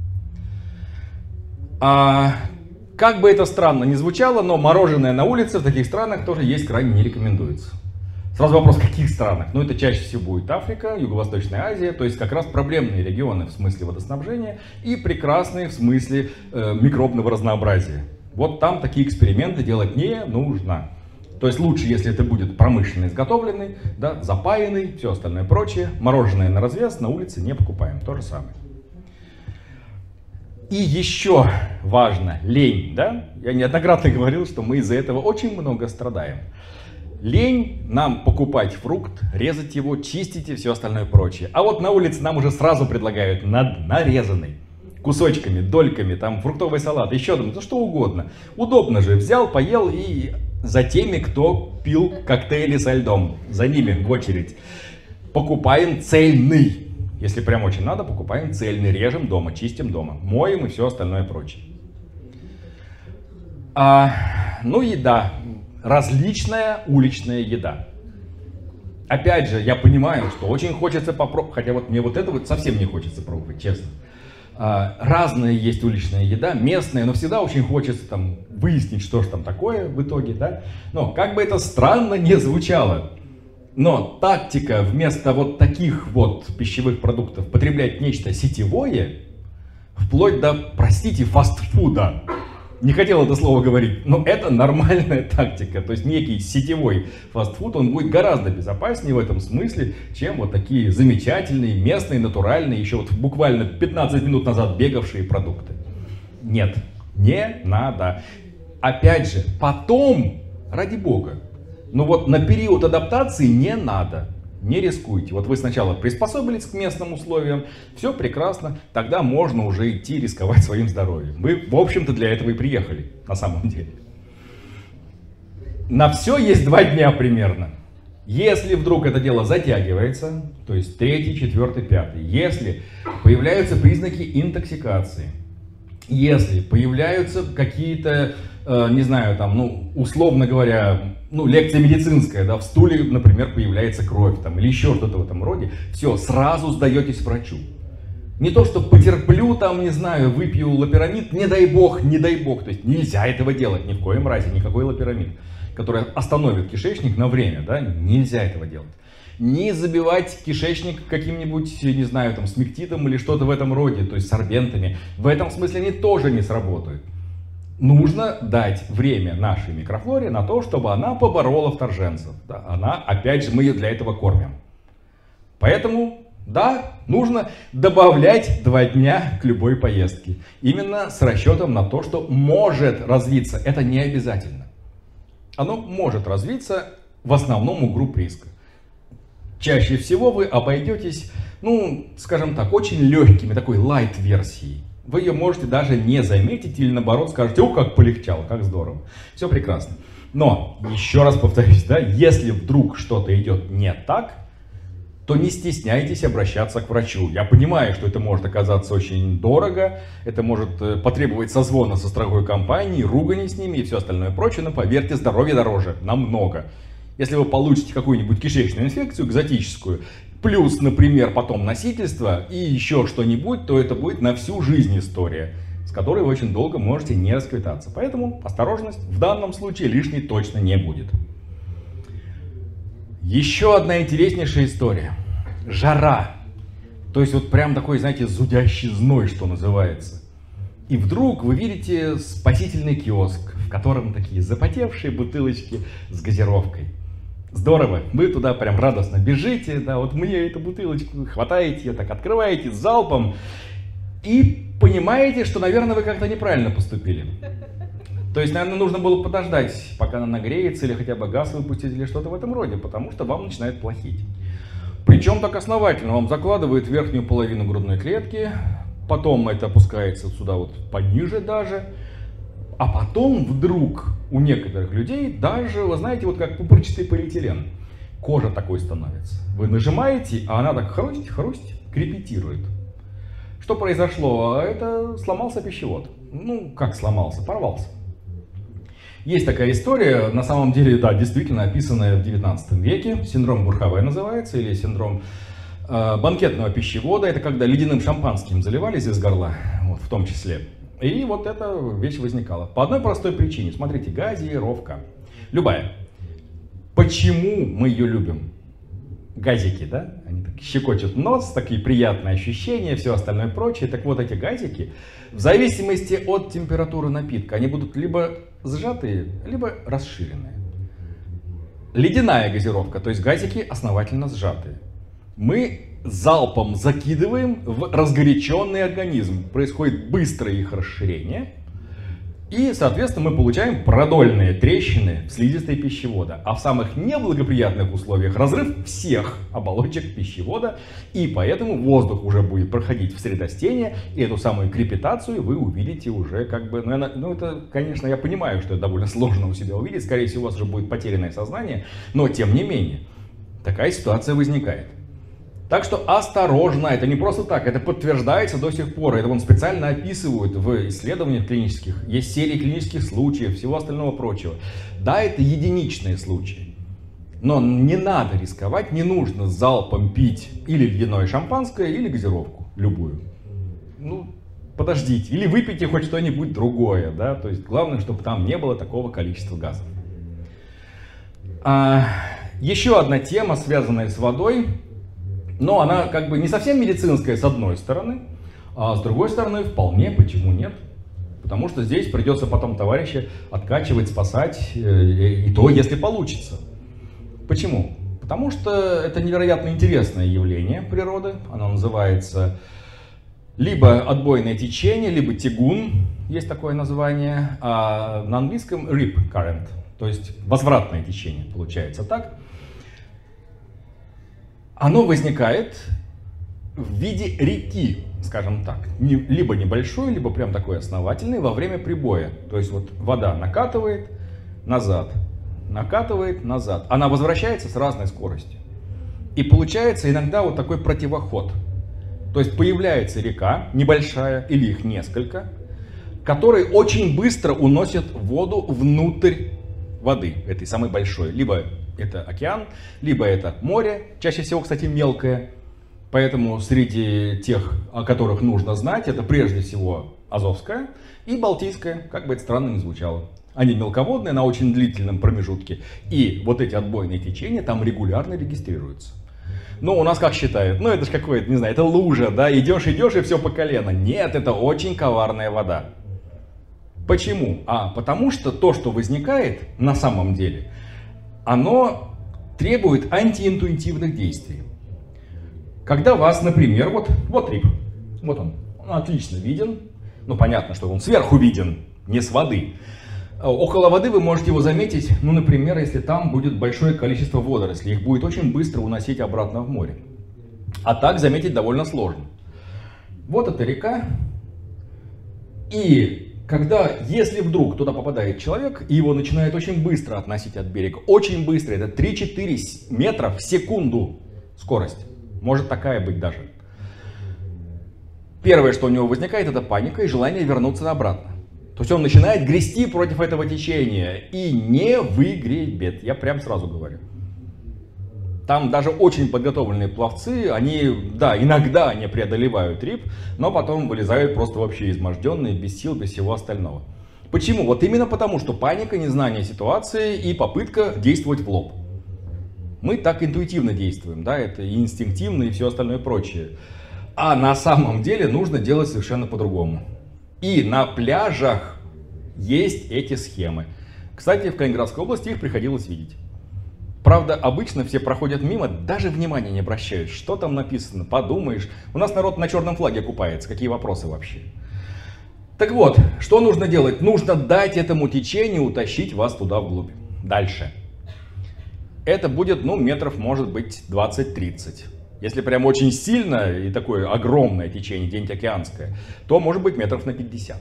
S1: Как бы это странно ни звучало, но мороженое на улице в таких странах тоже есть крайне не рекомендуется. Сразу вопрос, в каких странах? Ну, это чаще всего будет Африка, Юго-Восточная Азия, то есть как раз проблемные регионы в смысле водоснабжения и прекрасные в смысле микробного разнообразия. Вот там такие эксперименты делать не нужно. То есть лучше, если это будет промышленно изготовленный, да, запаянный, все остальное прочее. Мороженое на развес на улице не покупаем, то же самое. И еще важно, лень, да? Я неоднократно говорил, что мы из-за этого очень много страдаем. Лень нам покупать фрукт, резать его, чистить и все остальное прочее. А вот на улице нам уже сразу предлагают нарезанный. Кусочками, дольками, там фруктовый салат, еще думаю, ну что угодно. Удобно же, взял, поел и за теми, кто пил коктейли со льдом. За ними в очередь. Покупаем цельный. Если прям очень надо, покупаем цельный, режем дома, чистим дома, моем и все остальное прочее. Ну и да, различная уличная еда. Опять же, я понимаю, что очень хочется попробовать, хотя вот мне вот это вот совсем не хочется пробовать, честно. Разная есть уличная еда, местная, но всегда очень хочется там выяснить, что же там такое в итоге, да. Но как бы это странно не звучало, но тактика вместо вот таких вот пищевых продуктов потреблять нечто сетевое, вплоть до, простите, фастфуда. Не хотел это слово говорить, но это нормальная тактика. То есть некий сетевой фастфуд, он будет гораздо безопаснее в этом смысле, чем вот такие замечательные, местные, натуральные, еще вот буквально 15 минут назад бегавшие продукты. Нет, не надо. Опять же, потом, ради бога, но вот на период адаптации не надо. Не рискуйте. Вот вы сначала приспособились к местным условиям, все прекрасно, тогда можно уже идти рисковать своим здоровьем. Вы, в общем-то, для этого и приехали, на самом деле. На все есть 2 дня примерно. Если вдруг это дело затягивается, то есть 3-й, 4-й, 5-й, если появляются признаки интоксикации, если появляются какие-то, не знаю, там, ну, условно говоря, ну, лекция медицинская, да, в стуле, например, появляется кровь, там, или еще что-то в этом роде, все, сразу сдаетесь врачу. Не то, что потерплю, там, не знаю, выпью лопирамид, не дай бог, то есть нельзя этого делать ни в коем разе, никакой лопирамид, который остановит кишечник на время, да, нельзя этого делать. Не забивать кишечник каким-нибудь, не знаю, там, смектитом или что-то в этом роде, то есть сорбентами, в этом смысле они тоже не сработают. Нужно дать время нашей микрофлоре на то, чтобы она поборола вторженцев. Да, она, опять же, мы ее для этого кормим. Поэтому, да, нужно добавлять 2 дня к любой поездке. Именно с расчетом на то, что может развиться. Это не обязательно. Оно может развиться в основном у групп риска. Чаще всего вы обойдетесь, ну, скажем так, очень легкими, такой лайт-версией. Вы ее можете даже не заметить или наоборот скажете: о, как полегчало, как здорово. Все прекрасно. Но, еще раз повторюсь, да, если вдруг что-то идет не так, то не стесняйтесь обращаться к врачу. Я понимаю, что это может оказаться очень дорого, это может потребовать созвона со страховой компанией, ругани с ними и все остальное прочее, но поверьте, здоровье дороже намного. Если вы получите какую-нибудь кишечную инфекцию экзотическую, плюс, например, потом носительство и еще что-нибудь, то это будет на всю жизнь история, с которой вы очень долго можете не расквитаться. Поэтому осторожность в данном случае лишней точно не будет. Еще одна интереснейшая история. Жара. То есть вот прям такой, знаете, зудящий зной, что называется. И вдруг вы видите спасительный киоск, в котором такие запотевшие бутылочки с газировкой. Здорово, вы туда прям радостно бежите, да, вот мне эту бутылочку хватаете, ее так открываете залпом и понимаете, что, наверное, вы как-то неправильно поступили. То есть, наверное, нужно было подождать, пока она нагреется, или хотя бы газ выпустить, или что-то в этом роде, потому что вам начинает плохить. Причем так основательно, вам закладывают верхнюю половину грудной клетки, потом это опускается сюда вот пониже даже, а потом вдруг у некоторых людей даже, вы знаете, вот как пупырчатый полиэтилен, кожа такой становится. Вы нажимаете, а она так хрустить, крепетирует. Что произошло? Это сломался пищевод. Ну, как сломался? Порвался. Есть такая история, на самом деле, да, действительно описанная в 19 веке. Синдром Бурхаве называется, или синдром банкетного пищевода. Это когда ледяным шампанским заливались из горла, вот, в том числе. И вот эта вещь возникала. По одной простой причине. Смотрите, газировка. Любая. Почему мы ее любим? Газики, да? Они так щекочут нос, такие приятные ощущения, все остальное прочее. Так вот, эти газики, в зависимости от температуры напитка, они будут либо сжатые, либо расширенные. Ледяная газировка, то есть газики основательно сжатые. Мы залпом закидываем в разгоряченный организм. Происходит быстрое их расширение. И, соответственно, мы получаем продольные трещины в слизистой пищевода. А в самых неблагоприятных условиях разрыв всех оболочек пищевода. И поэтому воздух уже будет проходить в средостение. И эту самую крепитацию вы увидите уже как бы... Ну, это, конечно, я понимаю, что это довольно сложно у себя увидеть. Скорее всего, у вас уже будет потерянное сознание. Но, тем не менее, такая ситуация возникает. Так что осторожно, это не просто так, это подтверждается до сих пор, это вон специально описывают в исследованиях клинических, есть серии клинических случаев, всего остального прочего. Да, это единичные случаи, но не надо рисковать, не нужно залпом пить или ледяное шампанское, или газировку, любую. Ну, подождите, или выпейте хоть что-нибудь другое, да, то есть главное, чтобы там не было такого количества газов. Еще одна тема, связанная с водой. Но она как бы не совсем медицинская с одной стороны, а с другой стороны вполне, почему нет? Потому что здесь придется потом товарища откачивать, спасать, и то, если получится. Почему? Потому что это невероятно интересное явление природы, оно называется либо отбойное течение, либо тягун, есть такое название, а на английском rip current, то есть возвратное течение, получается так. Оно возникает в виде реки, скажем так, либо небольшой, либо прям такой основательный во время прибоя. То есть вот вода накатывает назад, она возвращается с разной скоростью. И получается иногда вот такой противоход. То есть появляется река, небольшая или их несколько, которые очень быстро уносят воду внутрь воды, этой самой большой. Либо это океан, либо это море, чаще всего, кстати, мелкое. Поэтому среди тех, о которых нужно знать, это прежде всего Азовское и Балтийское, как бы это странно ни звучало. Они мелководные на очень длительном промежутке. И вот эти отбойные течения там регулярно регистрируются. Ну, у нас как считают? Ну, это же какое-то, не знаю, это лужа, да, идешь и все по колено. Нет, это очень коварная вода. Почему? Потому что то, что возникает на самом деле, оно требует антиинтуитивных действий. Когда вас, например, вот рип, вот он отлично виден, ну понятно, что он сверху виден, не с воды. Около воды вы можете его заметить, ну, например, если там будет большое количество водорослей, их будет очень быстро уносить обратно в море. А так заметить довольно сложно. Вот эта река, И если вдруг туда попадает человек, и его начинает очень быстро относить от берега, очень быстро, это 3-4 метра в секунду скорость, может такая быть даже. Первое, что у него возникает, это паника и желание вернуться обратно. То есть он начинает грести против этого течения и не выгребет, я прям сразу говорю. Там даже очень подготовленные пловцы, иногда они преодолевают рип, но потом вылезают просто вообще изможденные, без сил, без всего остального. Почему? Вот именно потому, что паника, незнание ситуации и попытка действовать в лоб. Мы так интуитивно действуем, да, это и инстинктивно, и все остальное прочее. А на самом деле нужно делать совершенно по-другому. И на пляжах есть эти схемы. Кстати, в Калининградской области их приходилось видеть. Правда, обычно все проходят мимо, даже внимания не обращают. Что там написано? Подумаешь. У нас народ на черном флаге купается. Какие вопросы вообще? Так вот, что нужно делать? Нужно дать этому течению утащить вас туда вглубь. Дальше. Это будет, метров, может быть, 20-30. Если прям очень сильно и такое огромное течение, где-нибудь океанское, то может быть метров на 50.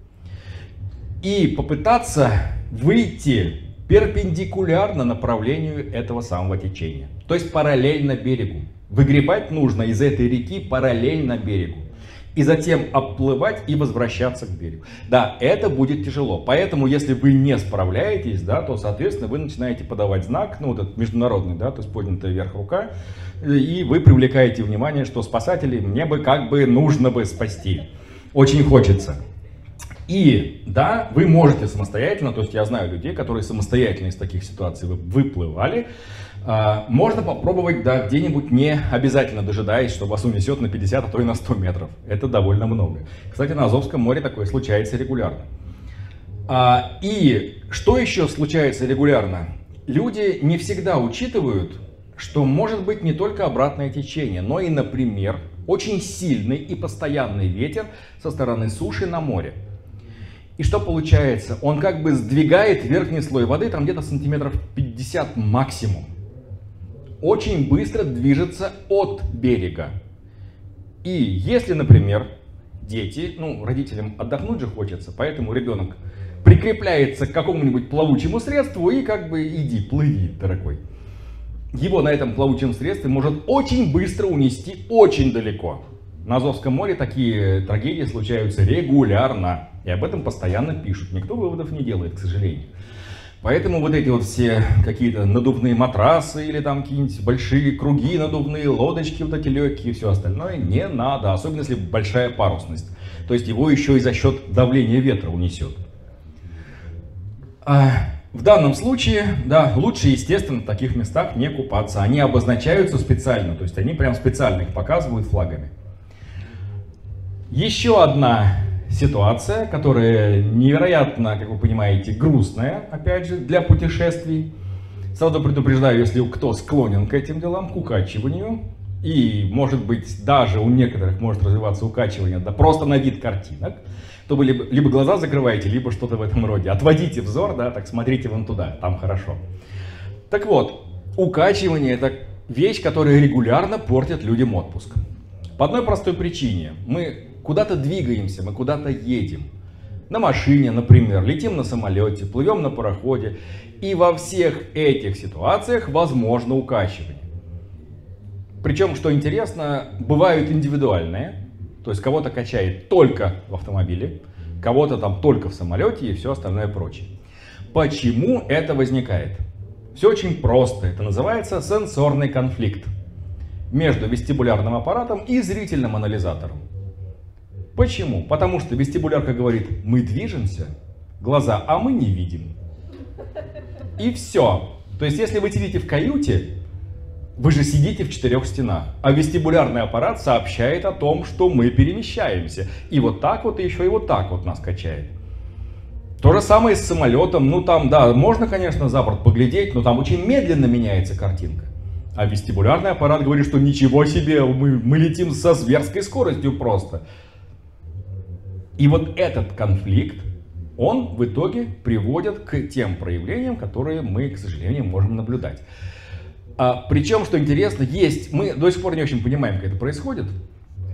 S1: И попытаться выйти перпендикулярно направлению этого самого течения. То есть параллельно берегу. Выгребать нужно из этой реки параллельно берегу. И затем отплывать и возвращаться к берегу. Да, это будет тяжело. Поэтому, если вы не справляетесь, да, то, соответственно, вы начинаете подавать знак, этот международный, да, то есть поднятая вверх рука, и вы привлекаете внимание, что спасателей мне бы нужно бы спасти. Очень хочется. И да, вы можете самостоятельно, то есть я знаю людей, которые самостоятельно из таких ситуаций выплывали. Можно попробовать, да, где-нибудь, не обязательно дожидаясь, что вас унесет на 50, а то и на 100 метров. Это довольно много. Кстати, на Азовском море такое случается регулярно. И что еще случается регулярно? Люди не всегда учитывают, что может быть не только обратное течение, но и, например, очень сильный и постоянный ветер со стороны суши на море. И что получается? Он как бы сдвигает верхний слой воды, там где-то сантиметров 50 максимум. Очень быстро движется от берега. И если, например, дети, родителям отдохнуть же хочется, поэтому ребенок прикрепляется к какому-нибудь плавучему средству и иди, плыви, дорогой. Его на этом плавучем средстве может очень быстро унести очень далеко. На Азовском море такие трагедии случаются регулярно. И об этом постоянно пишут. Никто выводов не делает, к сожалению. Поэтому вот эти вот все какие-то надувные матрасы или там какие-нибудь большие круги надувные, лодочки вот эти легкие и все остальное не надо. Особенно если большая парусность. То есть его еще и за счет давления ветра унесет. В данном случае, да, лучше, естественно, в таких местах не купаться. Они обозначаются специально. То есть они прям специально их показывают флагами. Еще одна ситуация, которая невероятно, как вы понимаете, грустная, опять же, для путешествий. Сразу предупреждаю, если кто склонен к этим делам, к укачиванию, и, может быть, даже у некоторых может развиваться укачивание, да просто на вид картинок, то вы либо глаза закрываете, либо что-то в этом роде. Отводите взор, да, так смотрите вон туда, там хорошо. Так вот, укачивание — это вещь, которая регулярно портит людям отпуск. По одной простой причине. Мы куда-то двигаемся, мы куда-то едем. На машине, например, летим на самолете, плывем на пароходе. И во всех этих ситуациях возможно укачивание. Причем, что интересно, бывают индивидуальные. То есть кого-то качает только в автомобиле, кого-то там только в самолете и все остальное прочее. Почему это возникает? Все очень просто. Это называется сенсорный конфликт между вестибулярным аппаратом и зрительным анализатором. Почему? Потому что вестибулярка говорит: мы движемся, глаза, а мы не видим. И все. То есть, если вы сидите в каюте, вы же сидите в 4 стенах, а вестибулярный аппарат сообщает о том, что мы перемещаемся. И вот так вот, и еще и вот так вот нас качает. То же самое с самолетом. Ну там, да, можно, конечно, за борт поглядеть, но там очень медленно меняется картинка. А вестибулярный аппарат говорит, что ничего себе, мы летим со зверской скоростью просто. И вот этот конфликт, он в итоге приводит к тем проявлениям, которые мы, к сожалению, можем наблюдать. Причем, что интересно, мы до сих пор не очень понимаем, как это происходит.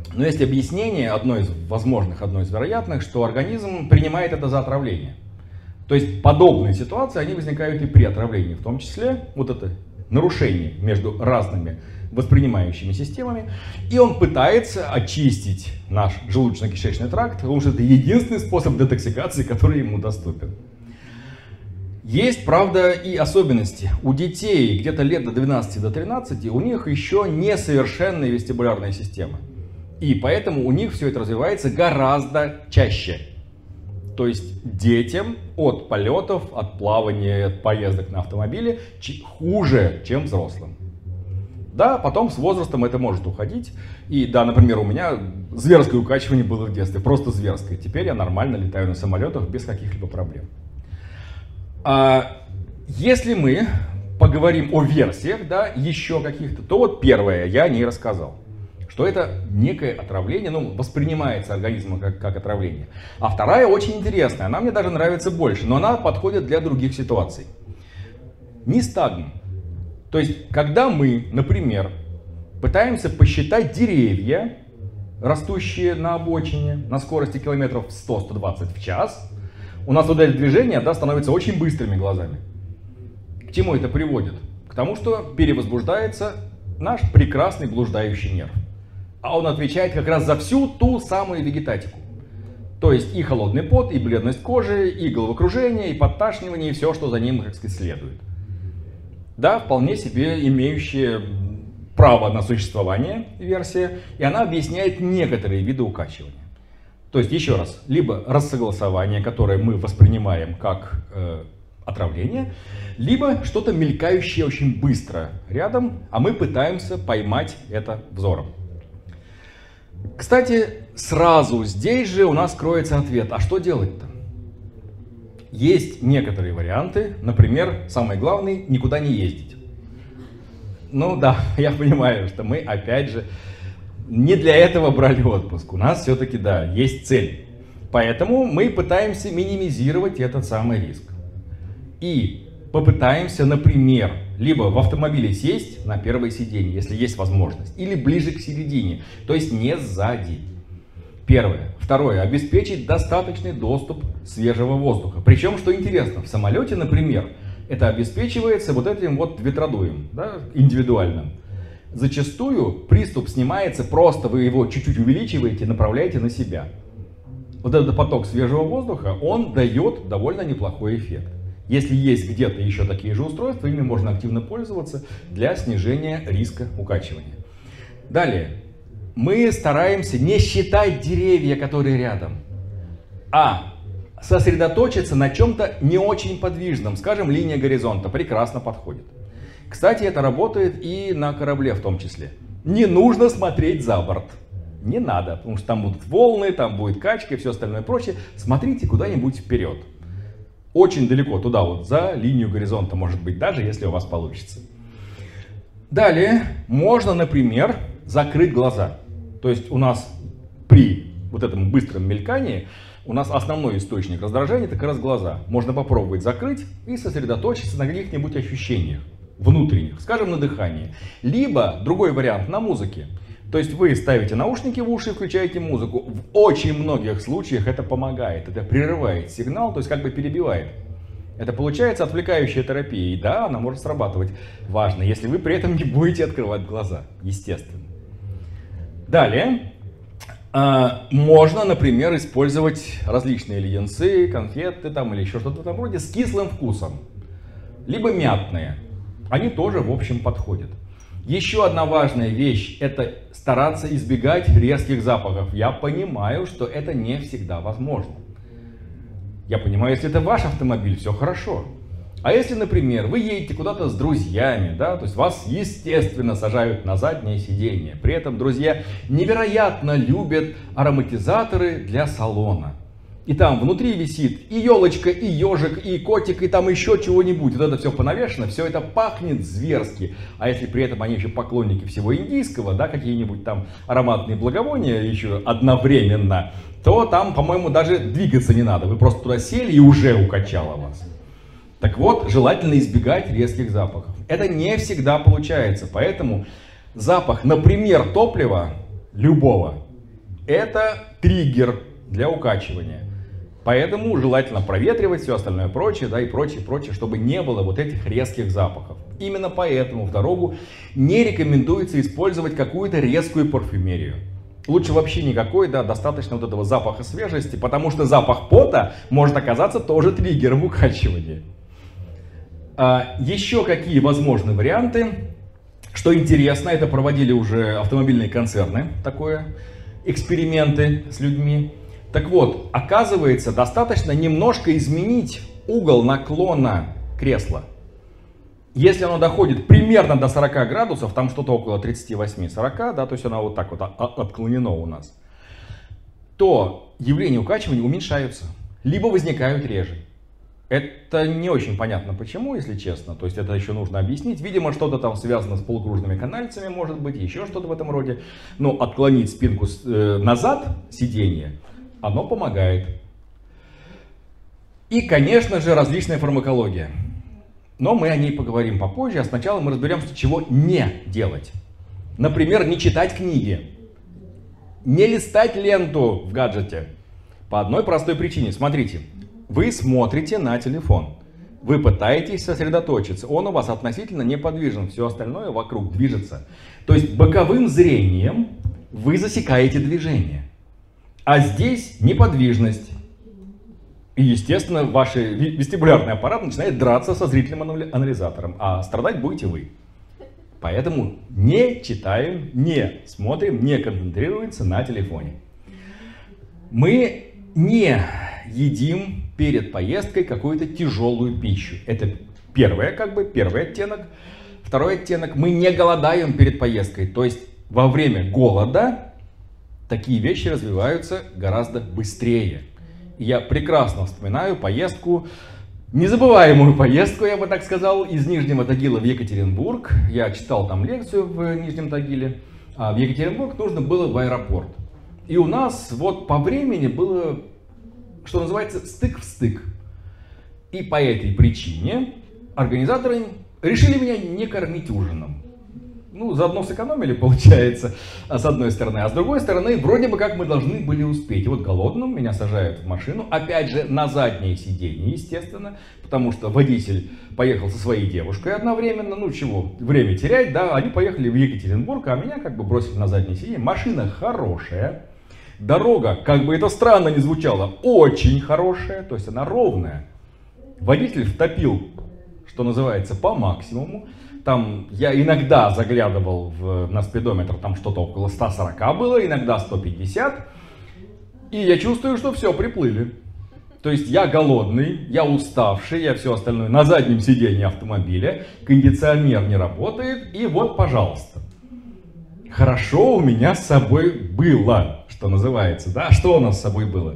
S1: Но есть объяснение, одно из возможных, одно из вероятных, что организм принимает это за отравление. То есть подобные ситуации, они возникают и при отравлении, в том числе вот это нарушение между разными воспринимающими системами. И он пытается очистить наш желудочно-кишечный тракт, потому что это единственный способ детоксикации, который ему доступен. Есть, правда, и особенности. У детей где-то лет до 12, до 13 у них еще несовершенная вестибулярная система. И поэтому у них все это развивается гораздо чаще. То есть детям от полетов, от плавания, от поездок на автомобиле хуже, чем взрослым. Да, потом с возрастом это может уходить. И да, например, у меня зверское укачивание было в детстве, просто зверское. Теперь я нормально летаю на самолетах без каких-либо проблем. Если мы поговорим о версиях, да, еще каких-то, то вот первое, я о ней рассказал. Что это некое отравление, ну, воспринимается организмом как отравление. А вторая очень интересная, она мне даже нравится больше, но она подходит для других ситуаций. Нистагм. То есть, когда мы, например, пытаемся посчитать деревья, растущие на обочине, на скорости километров 100-120 в час, у нас вот это движение, да, становится очень быстрыми глазами. К чему это приводит? К тому, что перевозбуждается наш прекрасный блуждающий нерв. А он отвечает как раз за всю ту самую вегетатику. То есть и холодный пот, и бледность кожи, и головокружение, и подташнивание, и все, что за ним, как сказать, следует. Да, вполне себе имеющая право на существование версия, и она объясняет некоторые виды укачивания. То есть, еще раз, либо рассогласование, которое мы воспринимаем как отравление, либо что-то мелькающее очень быстро рядом, а мы пытаемся поймать это взором. Кстати, сразу здесь же у нас кроется ответ, а что делать-то? Есть некоторые варианты, например, самый главный — никуда не ездить. Ну да, я понимаю, что мы опять же не для этого брали отпуск, у нас все-таки, да, есть цель. Поэтому мы пытаемся минимизировать этот самый риск. И попытаемся, например, либо в автомобиле сесть на первое сиденье, если есть возможность, или ближе к середине, то есть не сзади. Первое. Второе. Обеспечить достаточный доступ свежего воздуха. Причем, что интересно, в самолете, например, это обеспечивается вот этим вот ветродуем, да, индивидуальным. Зачастую приступ снимается, просто вы его чуть-чуть увеличиваете, направляете на себя. Вот этот поток свежего воздуха, он дает довольно неплохой эффект. Если есть где-то еще такие же устройства, ими можно активно пользоваться для снижения риска укачивания. Далее. Мы стараемся не считать деревья, которые рядом, а сосредоточиться на чем-то не очень подвижном. Скажем, линия горизонта прекрасно подходит. Кстати, это работает и на корабле в том числе. Не нужно смотреть за борт. Не надо, потому что там будут волны, там будет качка и все остальное прочее. Смотрите куда-нибудь вперед. Очень далеко туда, вот за линию горизонта, может быть, даже если у вас получится. Далее можно, например, закрыть глаза. То есть у нас при вот этом быстром мелькании у нас основной источник раздражения — это как раз глаза. Можно попробовать закрыть и сосредоточиться на каких-нибудь ощущениях внутренних, скажем, на дыхании. Либо другой вариант — на музыке. То есть вы ставите наушники в уши и включаете музыку. В очень многих случаях это помогает, это прерывает сигнал, то есть как бы перебивает. Это получается отвлекающая терапия, и да, она может срабатывать. Важно, если вы при этом не будете открывать глаза, естественно. Далее, можно, например, использовать различные леденцы, конфеты там, или еще что-то в этом роде с кислым вкусом. Либо мятные. Они тоже, в общем, подходят. Еще одна важная вещь — это стараться избегать резких запахов. Я понимаю, что это не всегда возможно. Я понимаю, если это ваш автомобиль, все хорошо. А если, например, вы едете куда-то с друзьями, да, то есть вас, естественно, сажают на заднее сиденье. При этом друзья невероятно любят ароматизаторы для салона. И там внутри висит и елочка, и ежик, и котик, и там еще чего-нибудь. Вот это все понавешено, все это пахнет зверски. А если при этом они еще поклонники всего индийского, да, какие-нибудь там ароматные благовония еще одновременно, то там, по-моему, даже двигаться не надо. Вы просто туда сели и уже укачало вас. Так вот, желательно избегать резких запахов. Это не всегда получается, поэтому запах, например, топлива любого, Это триггер для укачивания. Поэтому желательно проветривать все остальное прочее, да, и прочее, чтобы не было вот этих резких запахов. Именно поэтому в дорогу не рекомендуется использовать какую-то резкую парфюмерию. Лучше вообще никакой, да, достаточно вот этого запаха свежести, потому что запах пота может оказаться тоже триггером укачивания. Еще какие возможны варианты? Что интересно, это проводили уже автомобильные концерны, такое, эксперименты с людьми. Так вот, оказывается, достаточно немножко изменить угол наклона кресла. Если оно доходит примерно до 40 градусов, там что-то около 38-40, да, то есть оно вот так вот отклонено у нас, то явления укачивания уменьшаются, либо возникают реже. Это не очень понятно почему, если честно, то есть это еще нужно объяснить. Видимо, что-то там связано с полукружными канальцами, может быть, еще что-то в этом роде. Но отклонить спинку назад сиденья, оно помогает. И, конечно же, различная фармакология. Но мы о ней поговорим попозже, а сначала мы разберемся, чего не делать. Например, не читать книги, не листать ленту в гаджете. По одной простой причине. Смотрите, вы смотрите на телефон, вы пытаетесь сосредоточиться, он у вас относительно неподвижен, все остальное вокруг движется. То есть боковым зрением вы засекаете движение. А здесь неподвижность. И, естественно, ваш вестибулярный аппарат начинает драться со зрительным анализатором, а страдать будете вы. Поэтому не читаем, не смотрим, не концентрируемся на телефоне. Мы не едим перед поездкой какую-то тяжелую пищу. Это первый оттенок. Второй оттенок. Мы не голодаем перед поездкой. То есть во время голода такие вещи развиваются гораздо быстрее. Я прекрасно вспоминаю поездку, незабываемую поездку, я бы так сказал, из Нижнего Тагила в Екатеринбург. Я читал там лекцию в Нижнем Тагиле. А в Екатеринбург нужно было в аэропорт. И у нас вот по времени было, что называется, стык в стык. И по этой причине организаторы решили меня не кормить ужином. Ну, заодно сэкономили, получается, с одной стороны. А с другой стороны, вроде бы как мы должны были успеть. И вот голодным меня сажают в машину, опять же, на заднее сиденье, естественно, потому что водитель поехал со своей девушкой одновременно. Ну, чего, время терять, да, они поехали в Екатеринбург, а меня как бы бросили на заднее сиденье. Машина хорошая, дорога, как бы это странно ни звучало, очень хорошая, то есть она ровная. Водитель втопил, что называется, по максимуму. Там я иногда заглядывал на спидометр, там что-то около 140 было, иногда 150. И я чувствую, что все, приплыли. То есть я голодный, я уставший, я все остальное на заднем сиденье автомобиля, кондиционер не работает, и вот, пожалуйста. Хорошо у меня с собой было, что называется, да? Что у нас с собой было?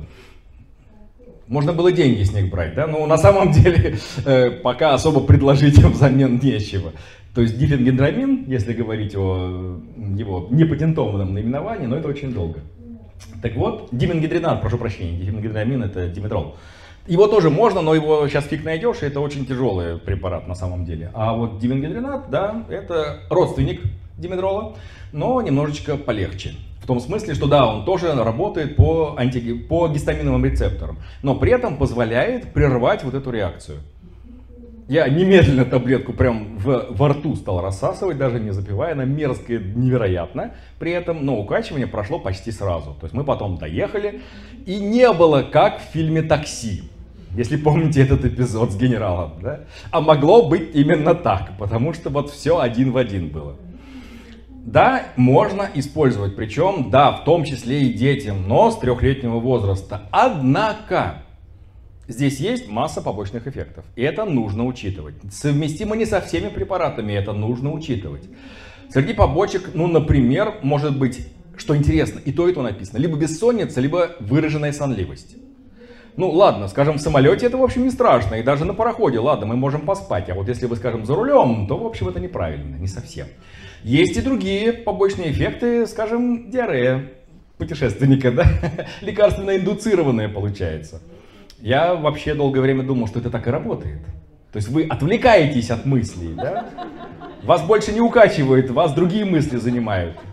S1: Можно было деньги с них брать, да? Но на самом деле пока особо предложить взамен нечего. То есть дифенгидрамин, если говорить о его непатентованном наименовании, но это очень долго. Так вот, дименгидринат, прошу прощения, дифенгидрамин это димедрол. Его тоже можно, но его сейчас фиг найдешь, и это очень тяжелый препарат на самом деле. А вот дименгидринат, да, это родственник димедрола, но немножечко полегче. В том смысле, что да, он тоже работает по гистаминовым рецепторам, но при этом позволяет прервать вот эту реакцию. Я немедленно таблетку прям во рту стал рассасывать, даже не запивая, она мерзкая невероятно. При этом, но укачивание прошло почти сразу. То есть мы потом доехали, и не было как в фильме «Такси». Если помните этот эпизод с генералом, да? А могло быть именно так, потому что вот все один в один было. Да, можно использовать, причем, да, в том числе и детям, но с 3-летнего возраста. Однако, здесь есть масса побочных эффектов, и это нужно учитывать. Совместимо не со всеми препаратами, это нужно учитывать. Среди побочек, ну, например, может быть, что интересно, и то написано, либо бессонница, либо выраженная сонливость. Ну ладно, скажем, в самолете это в общем не страшно, и даже на пароходе, ладно, мы можем поспать, а вот если вы, скажем, за рулем, то в общем это неправильно, не совсем. Есть и другие побочные эффекты, скажем, диарея путешественника, да? Лекарственно индуцированная получается. Я вообще долгое время думал, что это так и работает. То есть вы отвлекаетесь от мыслей, да? Вас больше не укачивает, вас другие мысли занимают.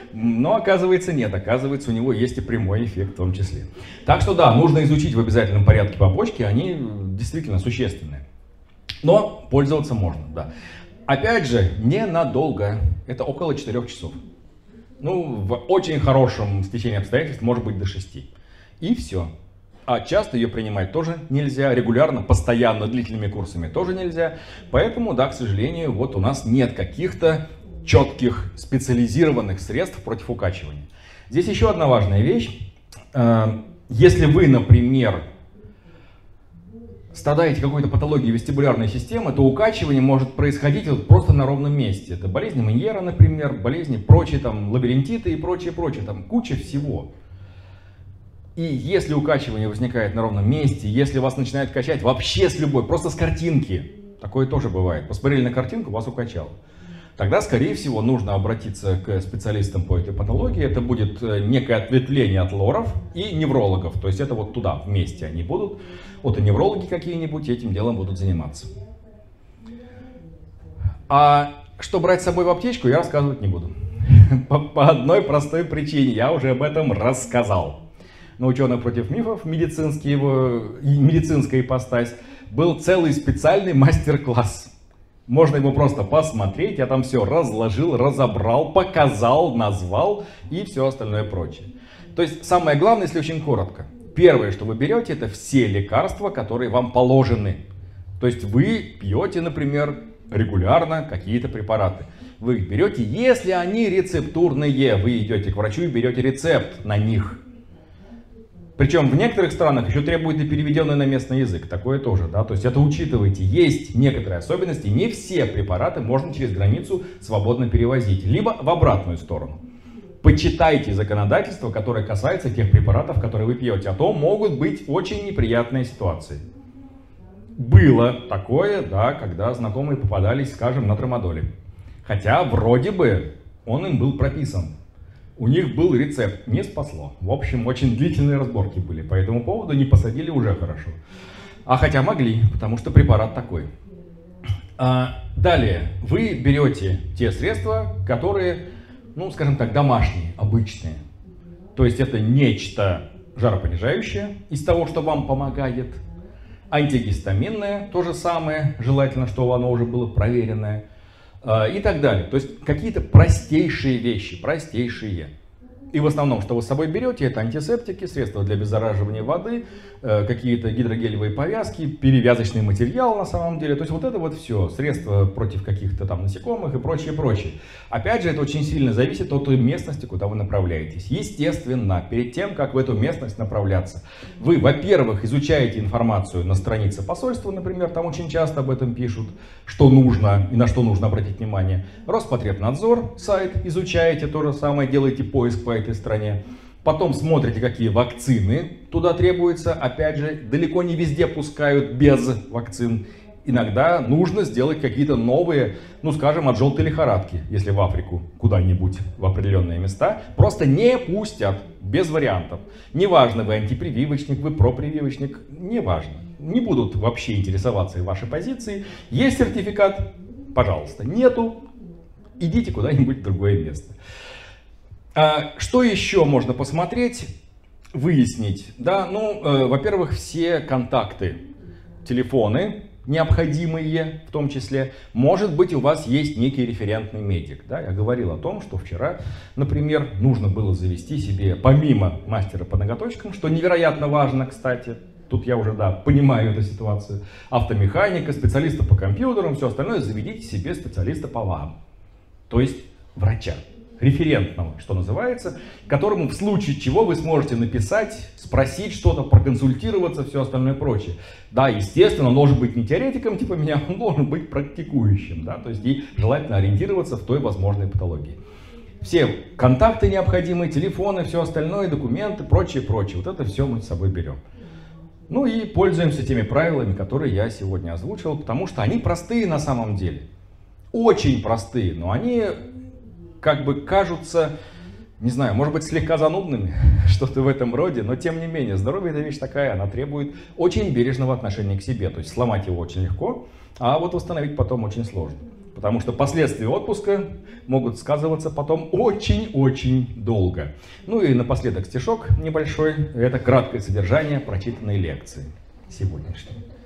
S1: Но оказывается нет, оказывается у него есть и прямой эффект в том числе. Так что да, нужно изучить в обязательном порядке побочки, они действительно существенные. Но пользоваться можно, да. Опять же, ненадолго, это около 4 часов. Ну, в очень хорошем стечении обстоятельств может быть до 6. И все. А часто ее принимать тоже нельзя, регулярно, постоянно, длительными курсами тоже нельзя. Поэтому, да, к сожалению, вот у нас нет каких-то четких специализированных средств против укачивания. Здесь еще одна важная вещь. Если вы, например, страдаете какой-то патологией вестибулярной системы, то укачивание может происходить вот просто на ровном месте. Это болезни Меньера, например, болезни прочие, там, лабиринтиты и прочее, там куча всего. И если укачивание возникает на ровном месте, если вас начинает качать вообще с любой, просто с картинки, такое тоже бывает, посмотрели на картинку, вас укачало, тогда, скорее всего, нужно обратиться к специалистам по этой патологии. Это будет некое ответвление от лоров и неврологов, то есть это вот туда вместе они будут. Вот и неврологи какие-нибудь этим делом будут заниматься. А что брать с собой в аптечку, я рассказывать не буду. По одной простой причине, я уже об этом рассказал. На «Ученых против мифов», медицинская ипостась, был целый специальный мастер-класс. Можно его просто посмотреть, я там все разложил, разобрал, показал, назвал и все остальное прочее. То есть самое главное, если очень коротко. Первое, что вы берете, это все лекарства, которые вам положены. То есть вы пьете, например, регулярно какие-то препараты. Вы их берете, если они рецептурные, вы идете к врачу и берете рецепт на них. Причем в некоторых странах еще требует и переведенный на местный язык. Такое тоже, да. То есть это учитывайте. Есть некоторые особенности. Не все препараты можно через границу свободно перевозить. Либо в обратную сторону. Почитайте законодательство, которое касается тех препаратов, которые вы пьете. А то могут быть очень неприятные ситуации. Было такое, да, когда знакомые попадались, скажем, на трамадоле. Хотя вроде бы он им был прописан. У них был рецепт, не спасло. В общем, очень длительные разборки были. По этому поводу не посадили уже хорошо. А хотя могли, потому что препарат такой. Далее, вы берете те средства, которые, ну, скажем так, домашние, обычные. То есть это нечто жаропонижающее из того, что вам помогает. Антигистаминное, то же самое, желательно, чтобы оно уже было проверенное. И так далее. То есть какие-то простейшие вещи, простейшие. И в основном, что вы с собой берете, это антисептики, средства для обеззараживания воды, какие-то гидрогелевые повязки, перевязочный материал на самом деле. То есть вот это вот все, средства против каких-то там насекомых и прочее, прочее. Опять же, это очень сильно зависит от той местности, куда вы направляетесь. Естественно, перед тем, как в эту местность направляться, вы, во-первых, изучаете информацию на странице посольства, например, там очень часто об этом пишут, что нужно и на что нужно обратить внимание. Роспотребнадзор, сайт, изучаете то же самое, делаете поиск по этой стране. Потом смотрите, какие вакцины туда требуются. Опять же, далеко не везде пускают без вакцин. Иногда нужно сделать какие-то новые, ну скажем, от желтой лихорадки, если в Африку куда-нибудь в определенные места, просто не пустят, без вариантов. Неважно, вы антипрививочник, вы пропрививочник, неважно. Не будут вообще интересоваться и ваши позиции. Есть сертификат? Пожалуйста. Нету? Идите куда-нибудь в другое место. Что еще можно посмотреть, выяснить? Да, ну, во-первых, все контакты, телефоны необходимые в том числе. Может быть, у вас есть некий референтный медик. Да? Я говорил о том, что вчера, например, нужно было завести себе, помимо мастера по ноготочкам, что невероятно важно, кстати, тут я уже, да, понимаю эту ситуацию, автомеханика, специалиста по компьютерам, все остальное, заведите себе специалиста по вам. То есть врача. Референтного, что называется, которому в случае чего вы сможете написать, спросить что-то, проконсультироваться, все остальное прочее. Да, естественно, он должен быть не теоретиком типа меня, он должен быть практикующим, да, то есть и желательно ориентироваться в той возможной патологии. Все контакты необходимые, телефоны, все остальное, документы, прочее, прочее. Вот это все мы с собой берем. Ну и пользуемся теми правилами, которые я сегодня озвучил, потому что они простые на самом деле. Очень простые, но они как бы кажутся, не знаю, может быть слегка занудными, что-то в этом роде, но тем не менее, здоровье это вещь такая, она требует очень бережного отношения к себе, то есть сломать его очень легко, а вот восстановить потом очень сложно. потому что последствия отпуска могут сказываться потом очень-очень долго. Ну и напоследок стишок небольшой, это краткое содержание прочитанной лекции сегодняшней.